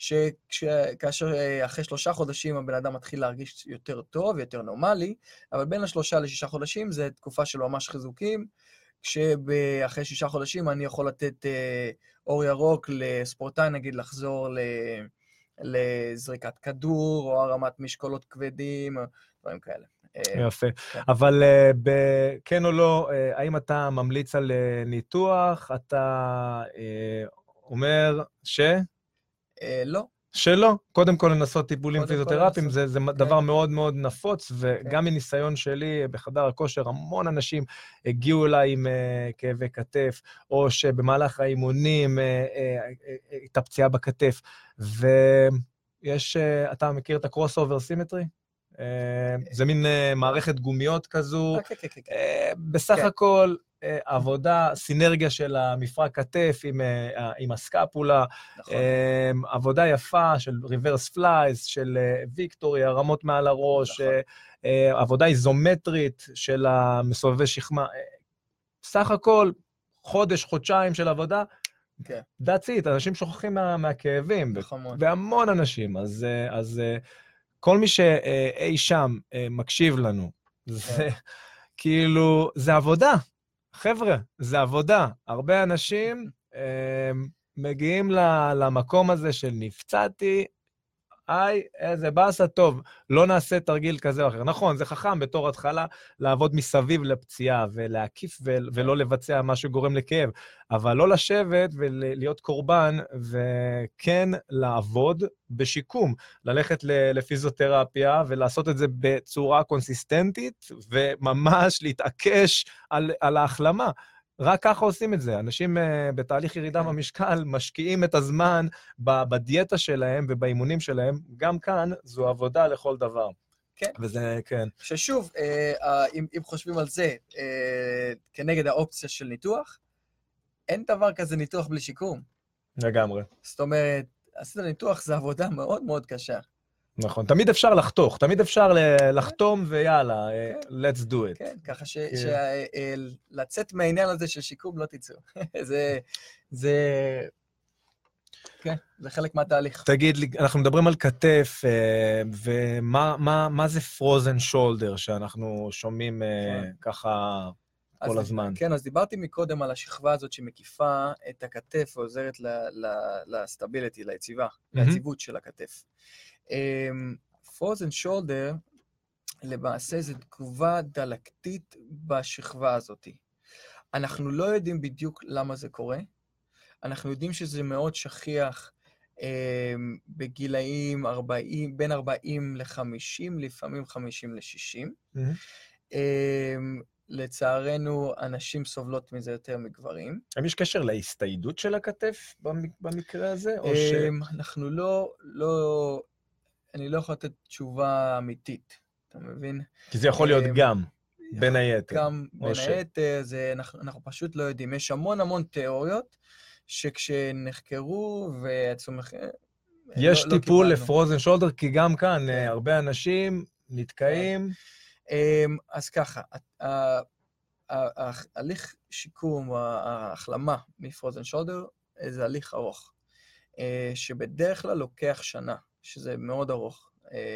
כאשר אחרי 3 חודשים הבן אדם מתחיל להרגיש יותר טוב, יותר נורמלי, אבל בין 3 ל6 חודשים זה תקופה של ממש חיזוקים, כשאחרי 6 חודשים אני יכול לתת אור ירוק לספורטאי, נגיד לחזור לזריקת כדור, או הרמת משקולות כבדים, או דברים כאלה. יפה. אבל כן או לא, האם אתה ממליץ על ניתוח? אתה אומר לא. שלא. קודם כל לנסות טיפולים פיזיותרפיים, זה דבר מאוד מאוד נפוץ, וגם מניסיון שלי בחדר הכושר, המון אנשים הגיעו אליי עם כאבי כתף, או שבמהלך האימונים הייתה פציעה בכתף, ויש, אתה מכיר את הקרוס-אובר סימטרי? זה מין מערכת גומיות כזו, בסך הכל עבודה, סינרגיה של המפרק כתף עם הסקפולה, עבודה יפה של ריברס פלייז, של ויקטורי, הרמות מעל הראש, עבודה איזומטרית של המסובבי שכמה, בסך הכל חודש, חודשיים של עבודה, that's it, אנשים שוכחים מהכאבים, והמון אנשים, אז כל מי שאי שם מקשיב לנו, זה כאילו, זה עבודה. חבר'ה, זה עבודה. הרבה אנשים מגיעים למקום הזה של נפצעתי, איזה באסה טוב, לא נעשה תרגיל כזה או אחר. נכון, זה חכם בתור התחלה לעבוד מסביב לפציעה ולהקיף ולא לבצע מה שגורם לכאב, אבל לא לשבת ולהיות קורבן וכן לעבוד בשיקום, ללכת לפיזיותרפיה ולעשות את זה בצורה קונסיסטנטית וממש להתעקש על ההחלמה. רק ככה עושים את זה. אנשים בתהליך ירידה במשקל משקיעים את הזמן בדיאטה שלהם ובאימונים שלהם. גם כאן זו עבודה לכל דבר. כן. וזה, כן. ששוב, אם חושבים על זה כנגד האופציה של ניתוח, אין דבר כזה ניתוח בלי שיקום. לגמרי. זאת אומרת, עשית ניתוח זה עבודה מאוד מאוד קשה. נכון, תמיד אפשר לחתוך, תמיד אפשר לחתום ויאללה, let's do it. כן, ככה שלצאת מהעניין הזה של שיקום לא תצאו. כן, זה חלק מהתהליך. תגיד לי, אנחנו מדברים על כתף, ומה זה frozen shoulder שאנחנו שומעים ככה כל הזמן? כן, אז דיברתי מקודם על השכבה הזאת שמקיפה את הכתף ועוזרת לסטביליטי, ליציבות של הכתף. frozen shoulder, למעשה זה תגובה דלקתית בשכבה הזאת. אנחנו לא יודעים בדיוק למה זה קורה. אנחנו יודעים שזה מאוד שכיח בגילאים 40, בין 40 ל-50, לפעמים 50 ל-60. לצערנו, אנשים סובלות מזה יותר מגברים. האם יש קשר להסתיידות של הכתף במקרה הזה? אנחנו אני לא יכול לתת תשובה אמיתית, אתה מבין? כי זה יכול להיות גם, בין היתר. גם בין היתר, אנחנו פשוט לא יודעים. יש המון תיאוריות, שכשנחקרו יש טיפול לפרוזן שולדר, כי גם כאן הרבה אנשים נתקעים. אז ככה, ההליך שיקום, ההחלמה מפרוזן שולדר, זה הליך ארוך, שבדרך כלל לוקח שנה, שזה מאוד ארוך.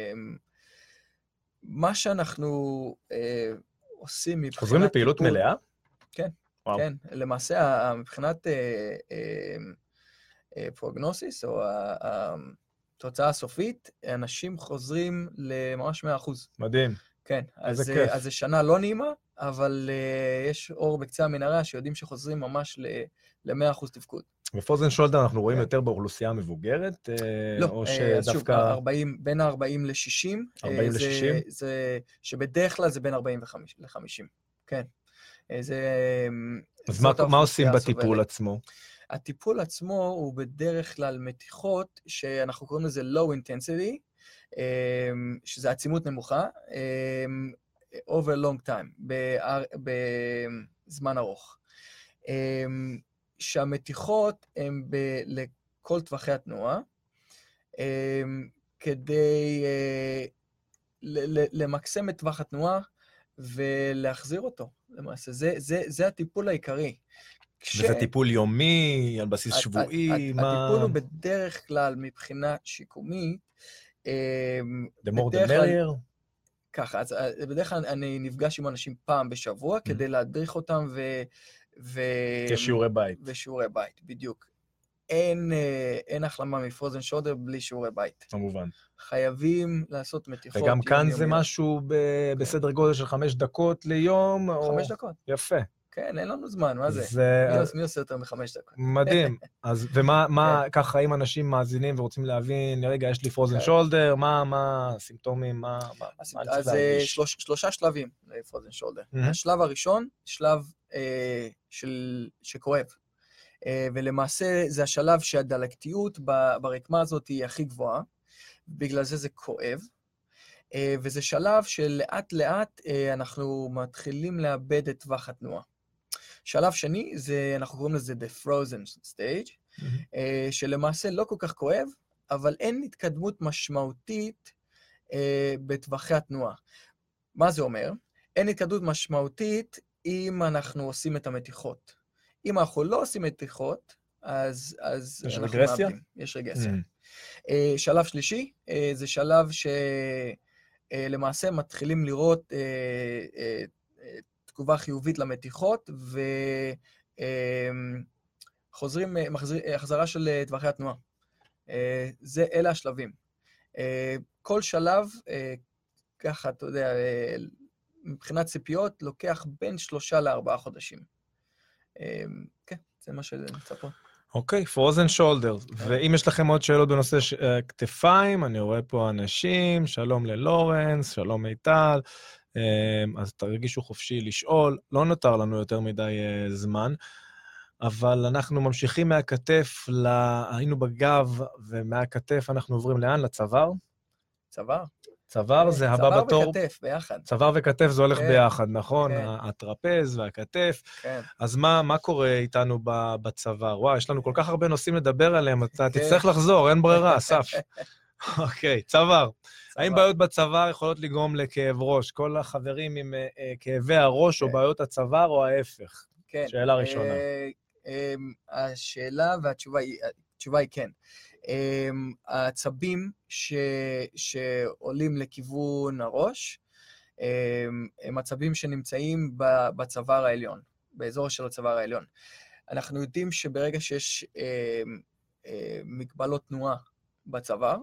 מה שאנחנו עושים מבחינת... חוזרים לפעילות מלאה? כן, כן. למעשה, מבחינת פרוגנוסיס, או התוצאה הסופית, אנשים חוזרים לממש 100%. מדהים. כן, אז זה שנה לא נעימה, אבל יש אור בקצה המנהרה שיודעים שחוזרים ממש ל-100% תפקוד. בפרוזן שולדר אנחנו רואים יותר באוכלוסייה המבוגרת, לא, או אז שוב, שדווקא... בין ה-40 ל-60. 40 ל-60? שבדרך כלל זה בין 45 ל-50, כן. אז מה עושים בטיפול עצמו? הטיפול עצמו הוא בדרך כלל מתיחות, שאנחנו קוראים לזה low intensity, שזה עצימות נמוכה, over long time, בזמן ארוך. שהמתיחות הן לכל טווחי התנועה, כדי למקסם את טווח התנועה ולהחזיר אותו, למעשה. זה הטיפול העיקרי. וזה טיפול יומי, על בסיס שבועי, מה... הטיפול הוא בדרך כלל מבחינה שיקומית. The more the merrier? ככה, אז בדרך כלל אני נפגש עם אנשים פעם בשבוע, כדי להדריך אותם כשיעורי בית. ושיעורי בית, בדיוק. אין החלמה מפרוזן שולדר בלי שיעורי בית. כמובן. חייבים לעשות מתיחות. וגם כאן זה משהו בסדר גודל של 5 דקות ליום? 5 דקות. יפה. כן, אין לנו זמן, מה זה? מי עושה יותר מ5 דקות? מדהים. אז ומה, ככה, אם אנשים מאזינים ורוצים להבין, רגע, יש לי פרוזן שולדר, מה הסימפטומים, מה אז 3 שלבים לפרוזן שולדר. השלב הראשון, שלב שכואב. ולמעשה זה השלב שהדלקתיות ברקמה הזאת היא הכי גבוהה, בגלל זה כואב. וזה שלב שלאט לאט אנחנו מתחילים לאבד את טווח התנועה. שלב שני, אנחנו קוראים לזה the frozen stage, שלמעשה לא כל כך כואב, אבל אין התקדמות משמעותית בטווחי התנועה. מה זה אומר? אין התקדמות משמעותית אם אנחנו עושים את המתיחות. אם אנחנו לא עושים מתיחות, אז יש רגרסיה? יש רגרסיה. שלב שלישי, זה שלב שלמעשה מתחילים לראות תגובה חיובית למתיחות, וחוזרים, החזרה של טווחי התנועה. אלה השלבים. כל שלב, ככה, אתה יודע, מבחינת ציפיות, לוקח בין 3 ל4 חודשים. כן, זה מה שנמצא פה. אוקיי, פרוזן שולדר. ואם יש לכם עוד שאלות בנושא כתפיים, אני רואה פה אנשים, שלום ללורנס, שלום מיטל, אז תרגישו חופשי לשאול, לא נותר לנו יותר מדי זמן, אבל אנחנו ממשיכים מהכתף, היינו בגב, ומהכתף אנחנו עוברים לאן? לצוואר? צוואר. צוואר זה הבא בתור... צוואר וכתף ביחד. צוואר וכתף זה הולך ביחד, נכון? הטרפז והכתף. אז מה קורה איתנו בצוואר? וואי, יש לנו כל כך הרבה נושאים לדבר עליהם, אתה תצטרך לחזור, אין ברירה, אסף. אוקיי, צוואר. האם בעיות בצוואר יכולות לגרום לכאב ראש? כל החברים עם כאבי הראש או בעיות הצוואר או ההפך? שאלה ראשונה. השאלה והתשובה היא כן. העצבים שעולים לכיוון הראש, הם עצבים שנמצאים בצוואר העליון, באזור של הצוואר העליון. אנחנו יודעים שברגע שיש מגבלות תנועה בצוואר,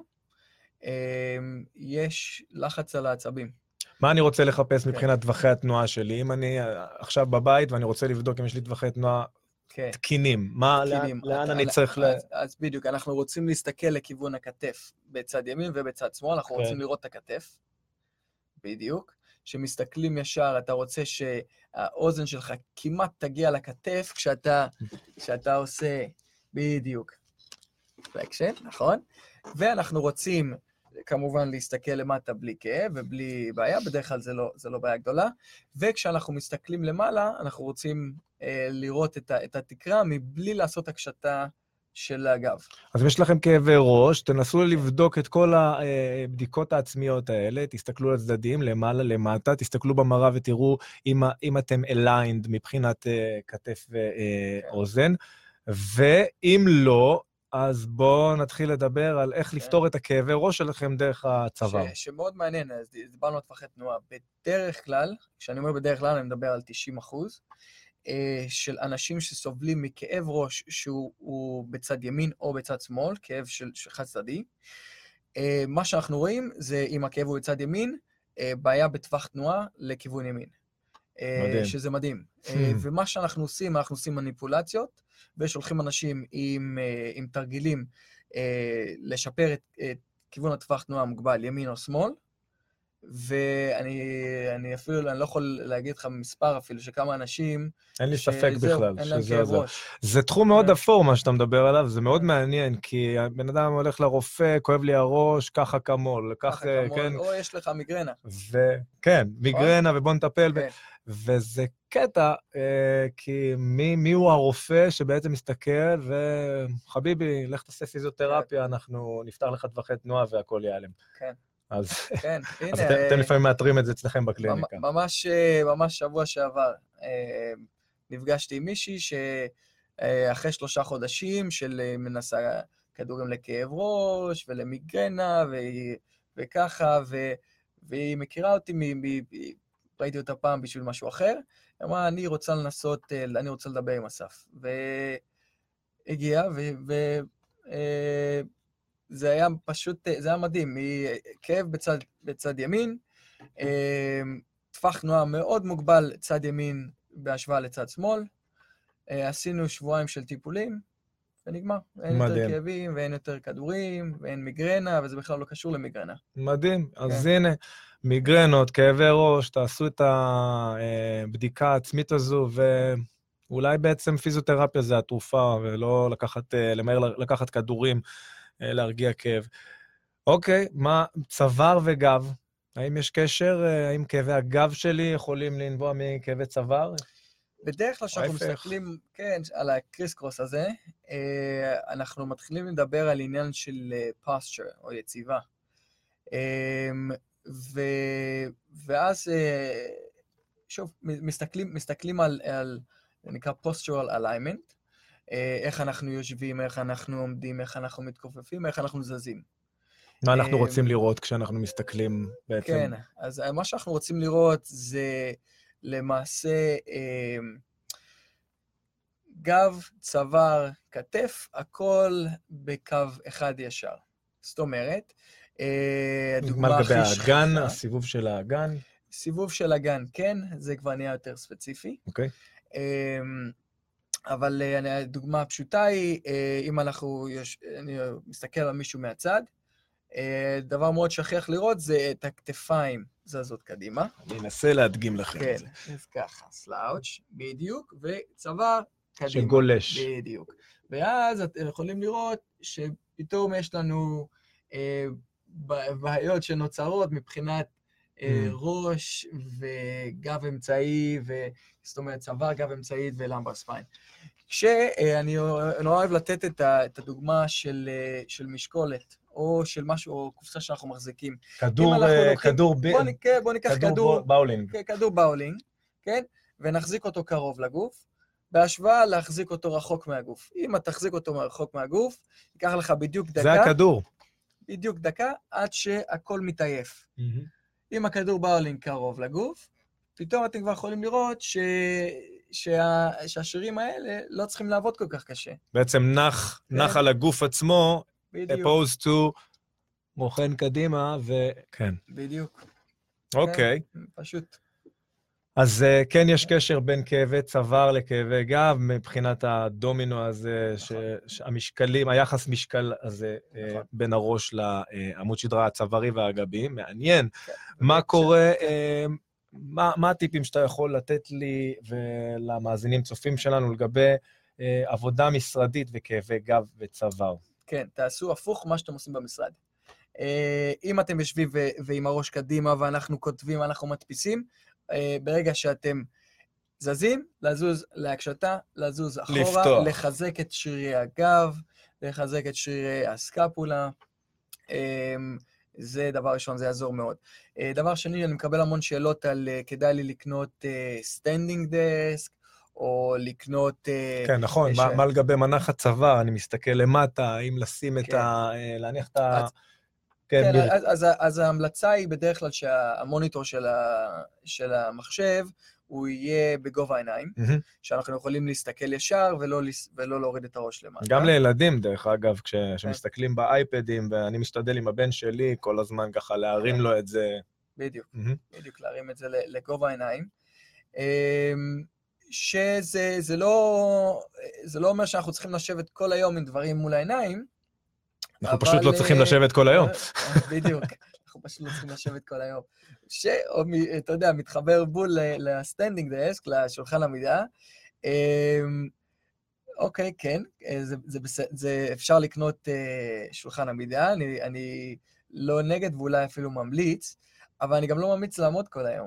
יש לחץ על העצבים. מה אני רוצה לחפש מבחינת טווחי התנועה שלי? אם אני עכשיו בבית ואני רוצה לבדוק אם יש לי טווחי תנועה תקינים, לאן אני צריך אז בדיוק, אנחנו רוצים להסתכל לכיוון הכתף בצד ימין ובצד שמאל, אנחנו רוצים לראות את הכתף, בדיוק. כשמסתכלים ישר, אתה רוצה שהאוזן שלך כמעט תגיע לכתף כשאתה עושה בדיוק. פלקשן, נכון? ואנחנו רוצים כמובן להסתכל למטה בלי כאב ובלי בעיה, בדרך כלל זה לא בעיה גדולה, וכשאנחנו מסתכלים למעלה, אנחנו רוצים לראות את התקרה מבלי לעשות הקשתה של הגב. אז אם יש לכם כאבי ראש, תנסו לבדוק את כל הבדיקות העצמיות האלה, תסתכלו על הצדדים, למעלה, למטה, תסתכלו במראה ותראו אם אתם aligned מבחינת כתף ואוזן, ואם לא, אז בואו נתחיל לדבר על איך לפתור את הכאבי ראש שלכם דרך הצוואר. שמאוד מעניין, אז דיברנו על טווחי תנועה. בדרך כלל, כשאני אומר בדרך כלל, אני מדבר על 90%, של אנשים שסובלים מכאב ראש שהוא בצד ימין או בצד שמאל, כאב של חד צדדי. מה שאנחנו רואים זה אם הכאב הוא בצד ימין, בעיה בטווח תנועה לכיוון ימין. מדהים. שזה מדהים. ומה שאנחנו עושים, אנחנו עושים מניפולציות, ושולחים אנשים עם תרגילים לשפר את כיוון הטווח תנועה המוגבל, ימין או שמאל, ואני אפילו, אני לא יכול להגיד לך מספר אפילו, שכמה אנשים... אין לי ספק בכלל. אין להם כאב ראש. זה תחום מאוד אפור, מה שאתה מדבר עליו, זה מאוד מעניין, כי הבן אדם הולך לרופא, כואב לי הראש, ככה כמול, ככה כמול, או יש לך מיגרנה. כן, מיגרנה, ובוא נטפל, וזה קטע, כי מי הוא הרופא שבעצם מסתכל, וחביבי, לך תעשה פיזיותרפיה, אנחנו נפתח לך טווחי תנועה והכל ייעלם. כן. אז אז אתם לפעמים מאתרים את זה אצלכם בקליניקה. ממש שבוע שעבר נפגשתי עם מישהי שאחרי 3 חודשים של מנסה כדורים לכאב ראש ולמיגרנה וככה, והיא מכירה אותי, ראיתי אותה פעם בשביל משהו אחר, היא אמרה, אני רוצה לדבר עם אסף. והגיעה, זה היה פשוט, זה היה מדהים, כאב בצד ימין, טווח תנועה מאוד מוגבל צד ימין בהשוואה לצד שמאל, עשינו שבועיים של טיפולים, ונגמר. אין יותר כאבים, ואין יותר כדורים, ואין מיגרנה, וזה בכלל לא קשור למיגרנה. מדהים, אז הנה, מיגרנות, כאבי ראש, תעשו את הבדיקה העצמית הזו, ואולי בעצם פיזיותרפיה זה התרופה, ולא למהר לקחת כדורים, להרגיע כאב. אוקיי, מה, צוואר וגב? האם יש קשר? האם כאבי הגב שלי יכולים לנבוע מכאבי צוואר? בדרך כלל שאנחנו מסתכלים, כן, על הקריס קרוס הזה, אנחנו מתחילים לדבר על עניין של posture, או יציבה. ואז, שוב, מסתכלים על, זה נקרא postural alignment, איך אנחנו יושבים, איך אנחנו עומדים, איך אנחנו מתכופפים, איך אנחנו זזים. מה אנחנו רוצים לראות כשאנחנו מסתכלים בעצם? כן, אז מה שאנחנו רוצים לראות זה למעשה גב, צוואר, כתף, הכל בקו אחד ישר. זאת אומרת, מה לגבי האגן, הסיבוב של האגן? סיבוב של האגן, כן, זה כבר נהיה יותר ספציפי. אוקיי. אבל הדוגמה הפשוטה היא, אם אני מסתכל על מישהו מהצד, דבר מאוד שכיח לראות זה את הכתפיים זזות קדימה. אני אנסה להדגים לכם את זה. כן, אז ככה, סלאוץ', בדיוק, וצוואר קדימה. שגולש. בדיוק. ואז אתם יכולים לראות שפתאום יש לנו בעיות שנוצרות מבחינת ראש וגב אמצעי, זאת אומרת צוואר, גב אמצעית ולמבר ספיין. כשאני נורא אוהב לתת את הדוגמה של משקולת, או של משהו, או קופסה שאנחנו מחזיקים. בוא ניקח כדור באולינג. כדור באולינג, כן? ונחזיק אותו קרוב לגוף, בהשוואה להחזיק אותו רחוק מהגוף. אם אתה תחזיק אותו רחוק מהגוף, ייקח לך בדיוק דקה. זה הכדור. בדיוק דקה, עד שהכל מתעייף. אם הכדור באולינג קרוב לגוף, פתאום אתם כבר יכולים לראות שהשרירים האלה לא צריכים לעבוד כל כך קשה. בעצם נח על הגוף עצמו, opposed to מוכן קדימה, וכן. בדיוק. אוקיי. פשוט. אז כן יש קשר בין כאבי צוואר לכאבי גב, מבחינת הדומינו הזה, שהמשקלים, היחס משקל הזה בין הראש לעמוד שדרה הצווארי והגבי, מעניין. מה קורה, מה הטיפים שאתה יכול לתת לי ולמאזינים צופים שלנו לגבי עבודה משרדית וכאבי גב וצוואר? כן, תעשו הפוך מה שאתם עושים במשרד. אם אתם יושבים ועם הראש קדימה ואנחנו כותבים, אנחנו מדפיסים, ברגע שאתם זזים, לזוז להקשתה, לזוז אחורה, לפתוח. לחזק את שרירי הגב, לחזק את שרירי הסקפולה. זה דבר ראשון, זה יעזור מאוד. דבר שני, אני מקבל המון שאלות על כדאי לי לקנות סטנדינג דסק, או לקנות... כן, נכון, מה לגבי מנח הצוואר? אני מסתכל למטה, האם לשים את להניח את ה... כן, אז ההמלצה היא בדרך כלל שהמוניטור של המחשב, הוא יהיה בגובה העיניים, שאנחנו יכולים להסתכל ישר ולא להוריד את הראש למטה. גם לילדים, דרך אגב, כשמסתכלים באייפדים, ואני משתדל עם הבן שלי כל הזמן ככה להרים לו את זה. בדיוק, להרים את זה לגובה העיניים. שזה לא אומר שאנחנו צריכים לשבת כל היום עם דברים מול העיניים. אנחנו פשוט לא צריכים לשבת כל היום. בדיוק, אנחנו פשוט לא צריכים לשבת כל היום. אתה יודע, מתחבר בול לסטנדינג דסק, לשולחן עמידה. אוקיי, כן, זה אפשר לקנות שולחן עמידה, אני לא נגד ואולי אפילו ממליץ, אבל אני גם לא ממליץ לעמוד כל היום.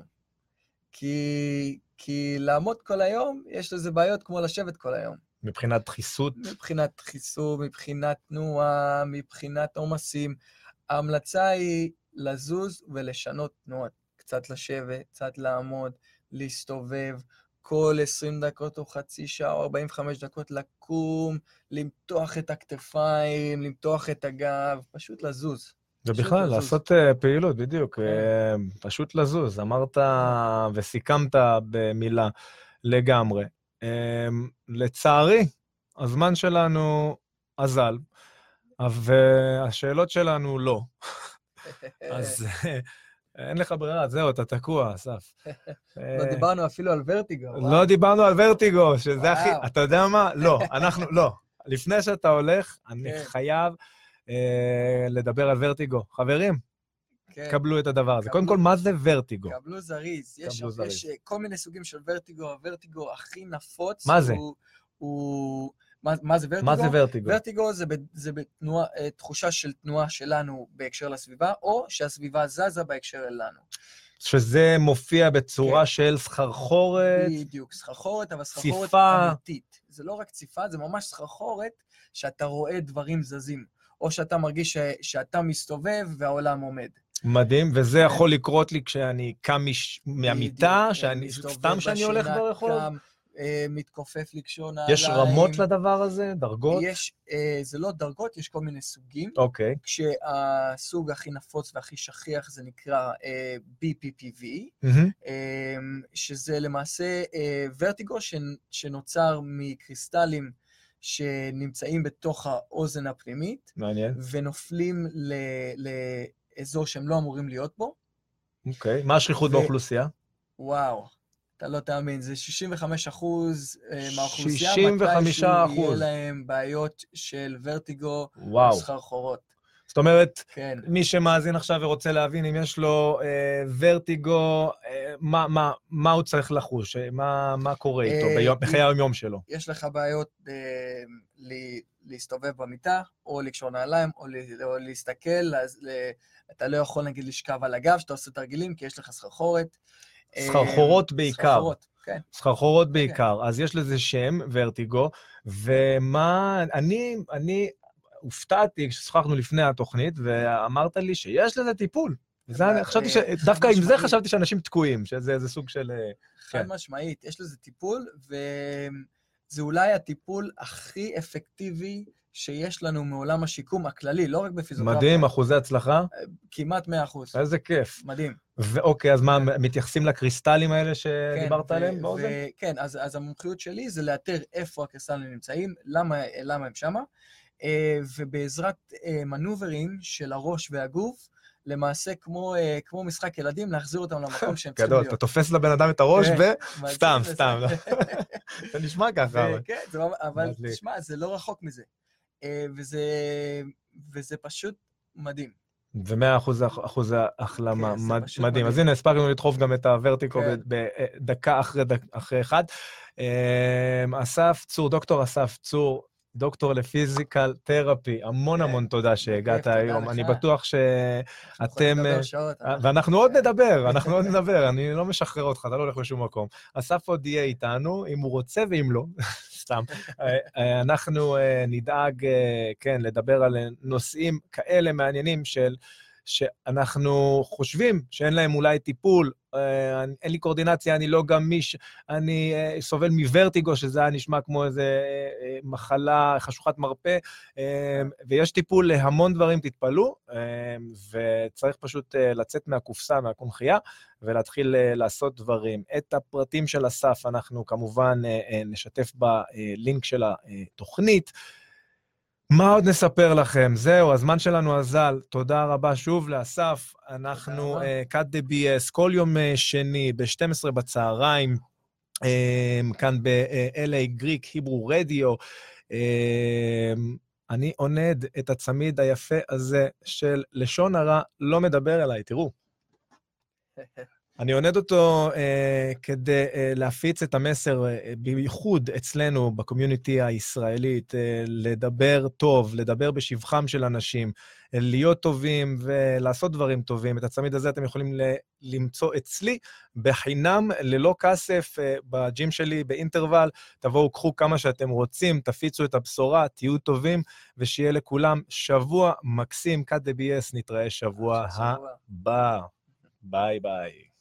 כי לעמוד כל היום, יש לזה בעיות כמו לשבת כל היום. מבחינת חיסות? מבחינת חיסות, מבחינת תנועה, מבחינת עומסים. ההמלצה היא לזוז ולשנות תנועות. קצת לשבת, קצת לעמוד, להסתובב, כל 20 דקות או חצי שעה או 45 דקות לקום, למתוח את הכתפיים, למתוח את הגב, פשוט לזוז. ובכלל, לעשות פעילות, בדיוק, פשוט לזוז. אמרת וסיכמת במילה לגמרי. לצערי, הזמן שלנו אזל, והשאלות שלנו לא. אז אין לך ברירה, זהו, אתה תקוע, אסף. לא דיברנו אפילו על ורטיגו. לא דיברנו על ורטיגו, שזה הכי... אתה יודע מה? לא, אנחנו לא. לפני שאתה הולך, אני חייב לדבר על ורטיגו. חברים, קבלו את הדבר הזה. קודם כל, מה זה ורטיגו? קבלו זריז. יש כל מיני סוגים של ורטיגו. הוורטיגו הכי נפוץ. מה זה? מה זה ורטיגו? מה זה ורטיגו? ורטיגו זה תחושה של תנועה שלנו בהקשר לסביבה, או שהסביבה זזה בהקשר אלינו. שזה מופיע בצורה של סחרחורת. בדיוק, סחרחורת, אבל סחרחורת אמיתית. זה לא רק ציפה, זה ממש סחרחורת שאתה רואה דברים זזים, או שאתה מרגיש שאתה מסתובב והעולם עומד. מדהים, וזה יכול לקרות לי כשאני קם מהמיטה, סתם שאני הולך ברחוב? מתכופף לקשור נעליים. יש רמות לדבר הזה? דרגות? זה לא דרגות, יש כל מיני סוגים. אוקיי. כשהסוג הכי נפוץ והכי שכיח זה נקרא BPPV, שזה למעשה ורטיגו שנוצר מקריסטלים שנמצאים בתוך האוזן הפנימית. מעניין. ונופלים לאזור שהם לא אמורים להיות בו. אוקיי. מה השכיחות באוכלוסייה? וואו. אתה לא תאמין, זה 65% מהאוכלוסייה, 65%. יהיה להם בעיות של ורטיגו או סחרחורות. זאת אומרת, כן. מי שמאזין עכשיו ורוצה להבין אם יש לו ורטיגו, מה הוא צריך לחוש? מה קורה איתו בחיי היום-יום שלו? יש לך בעיות להסתובב במיטה, או לקשור נעליים, או להסתכל, אתה לא יכול נגיד לשכב על הגב, שאתה עושה תרגילים, כי יש לך סחרחורת. סחרחורות בעיקר. סחרחורות, כן. סחרחורות בעיקר. אז יש לזה שם, ורטיגו, ומה... אני הופתעתי כששוחחנו לפני התוכנית, ואמרת לי שיש לזה טיפול. חשבתי דווקא עם זה חשבתי שאנשים תקועים, שזה סוג של... חד משמעית, יש לזה טיפול, וזה אולי הטיפול הכי אפקטיבי שיש לנו מעולם השיקום הכללי, לא רק בפיזיותרפיה. מדהים, אחוזי הצלחה? כמעט 100%. איזה כיף. מדהים. ואוקיי, אז מה, מתייחסים לקריסטלים האלה שדיברת עליהם באוזן? כן, אז המומחיות שלי זה לאתר איפה הקריסטלים נמצאים, למה הם שמה, ובעזרת מנוברים של הראש והגוף, למעשה כמו משחק ילדים, להחזיר אותם למקום שהם צריכים להיות. גדול, אתה תופס לבן אדם את הראש סתם. זה נשמע ככה. כן, אבל תשמע, זה לא רחוק מזה. וזה פשוט מדהים. ו100% החלמה, מדהים. אז הנה, הספקנו לדחוף גם את הוורטיקו בדקה אחרי אחד. דוקטור אסף צור, דוקטור לפיזיקל תרפי, המון תודה שהגעת היום. אני בטוח שאתם... ואנחנו עוד נדבר, אני לא משחרר אותך, אתה לא הולך לשום מקום. אסף עוד יהיה איתנו, אם הוא רוצה ואם לא, סתם. אנחנו נדאג, כן, לדבר על נושאים כאלה מעניינים שאנחנו חושבים שאין להם אולי טיפול, אין לי קואורדינציה, אני לא גמיש, אני סובל מוורטיגו, שזה היה נשמע כמו איזה מחלה, חשוכת מרפא, ויש טיפול להמון דברים, תתפלו, וצריך פשוט לצאת מהקופסה, מהקונחייה, ולהתחיל לעשות דברים. את הפרטים של אסף אנחנו כמובן נשתף בלינק של התוכנית, מה עוד נספר לכם? זהו, הזמן שלנו אזל. תודה רבה שוב לאסף. אנחנו cut the BS כל יום שני ב-12 בצהריים. כאן ב-LA גריק היברו רדיו. אני עונד את הצמיד היפה הזה של לשון הרע לא מדבר אליי, תראו. אני עונד אותו כדי להפיץ את המסר, בייחוד אצלנו בקומיוניטי הישראלית, לדבר טוב, לדבר בשבחם של אנשים, להיות טובים ולעשות דברים טובים. את הצמיד הזה אתם יכולים למצוא אצלי בחינם, ללא כסף, בג'ים שלי, באינטרוול. תבואו, קחו כמה שאתם רוצים, תפיצו את הבשורה, תהיו טובים, ושיהיה לכולם שבוע מקסים. קאט דה BS, נתראה שבוע הבא. ביי ביי.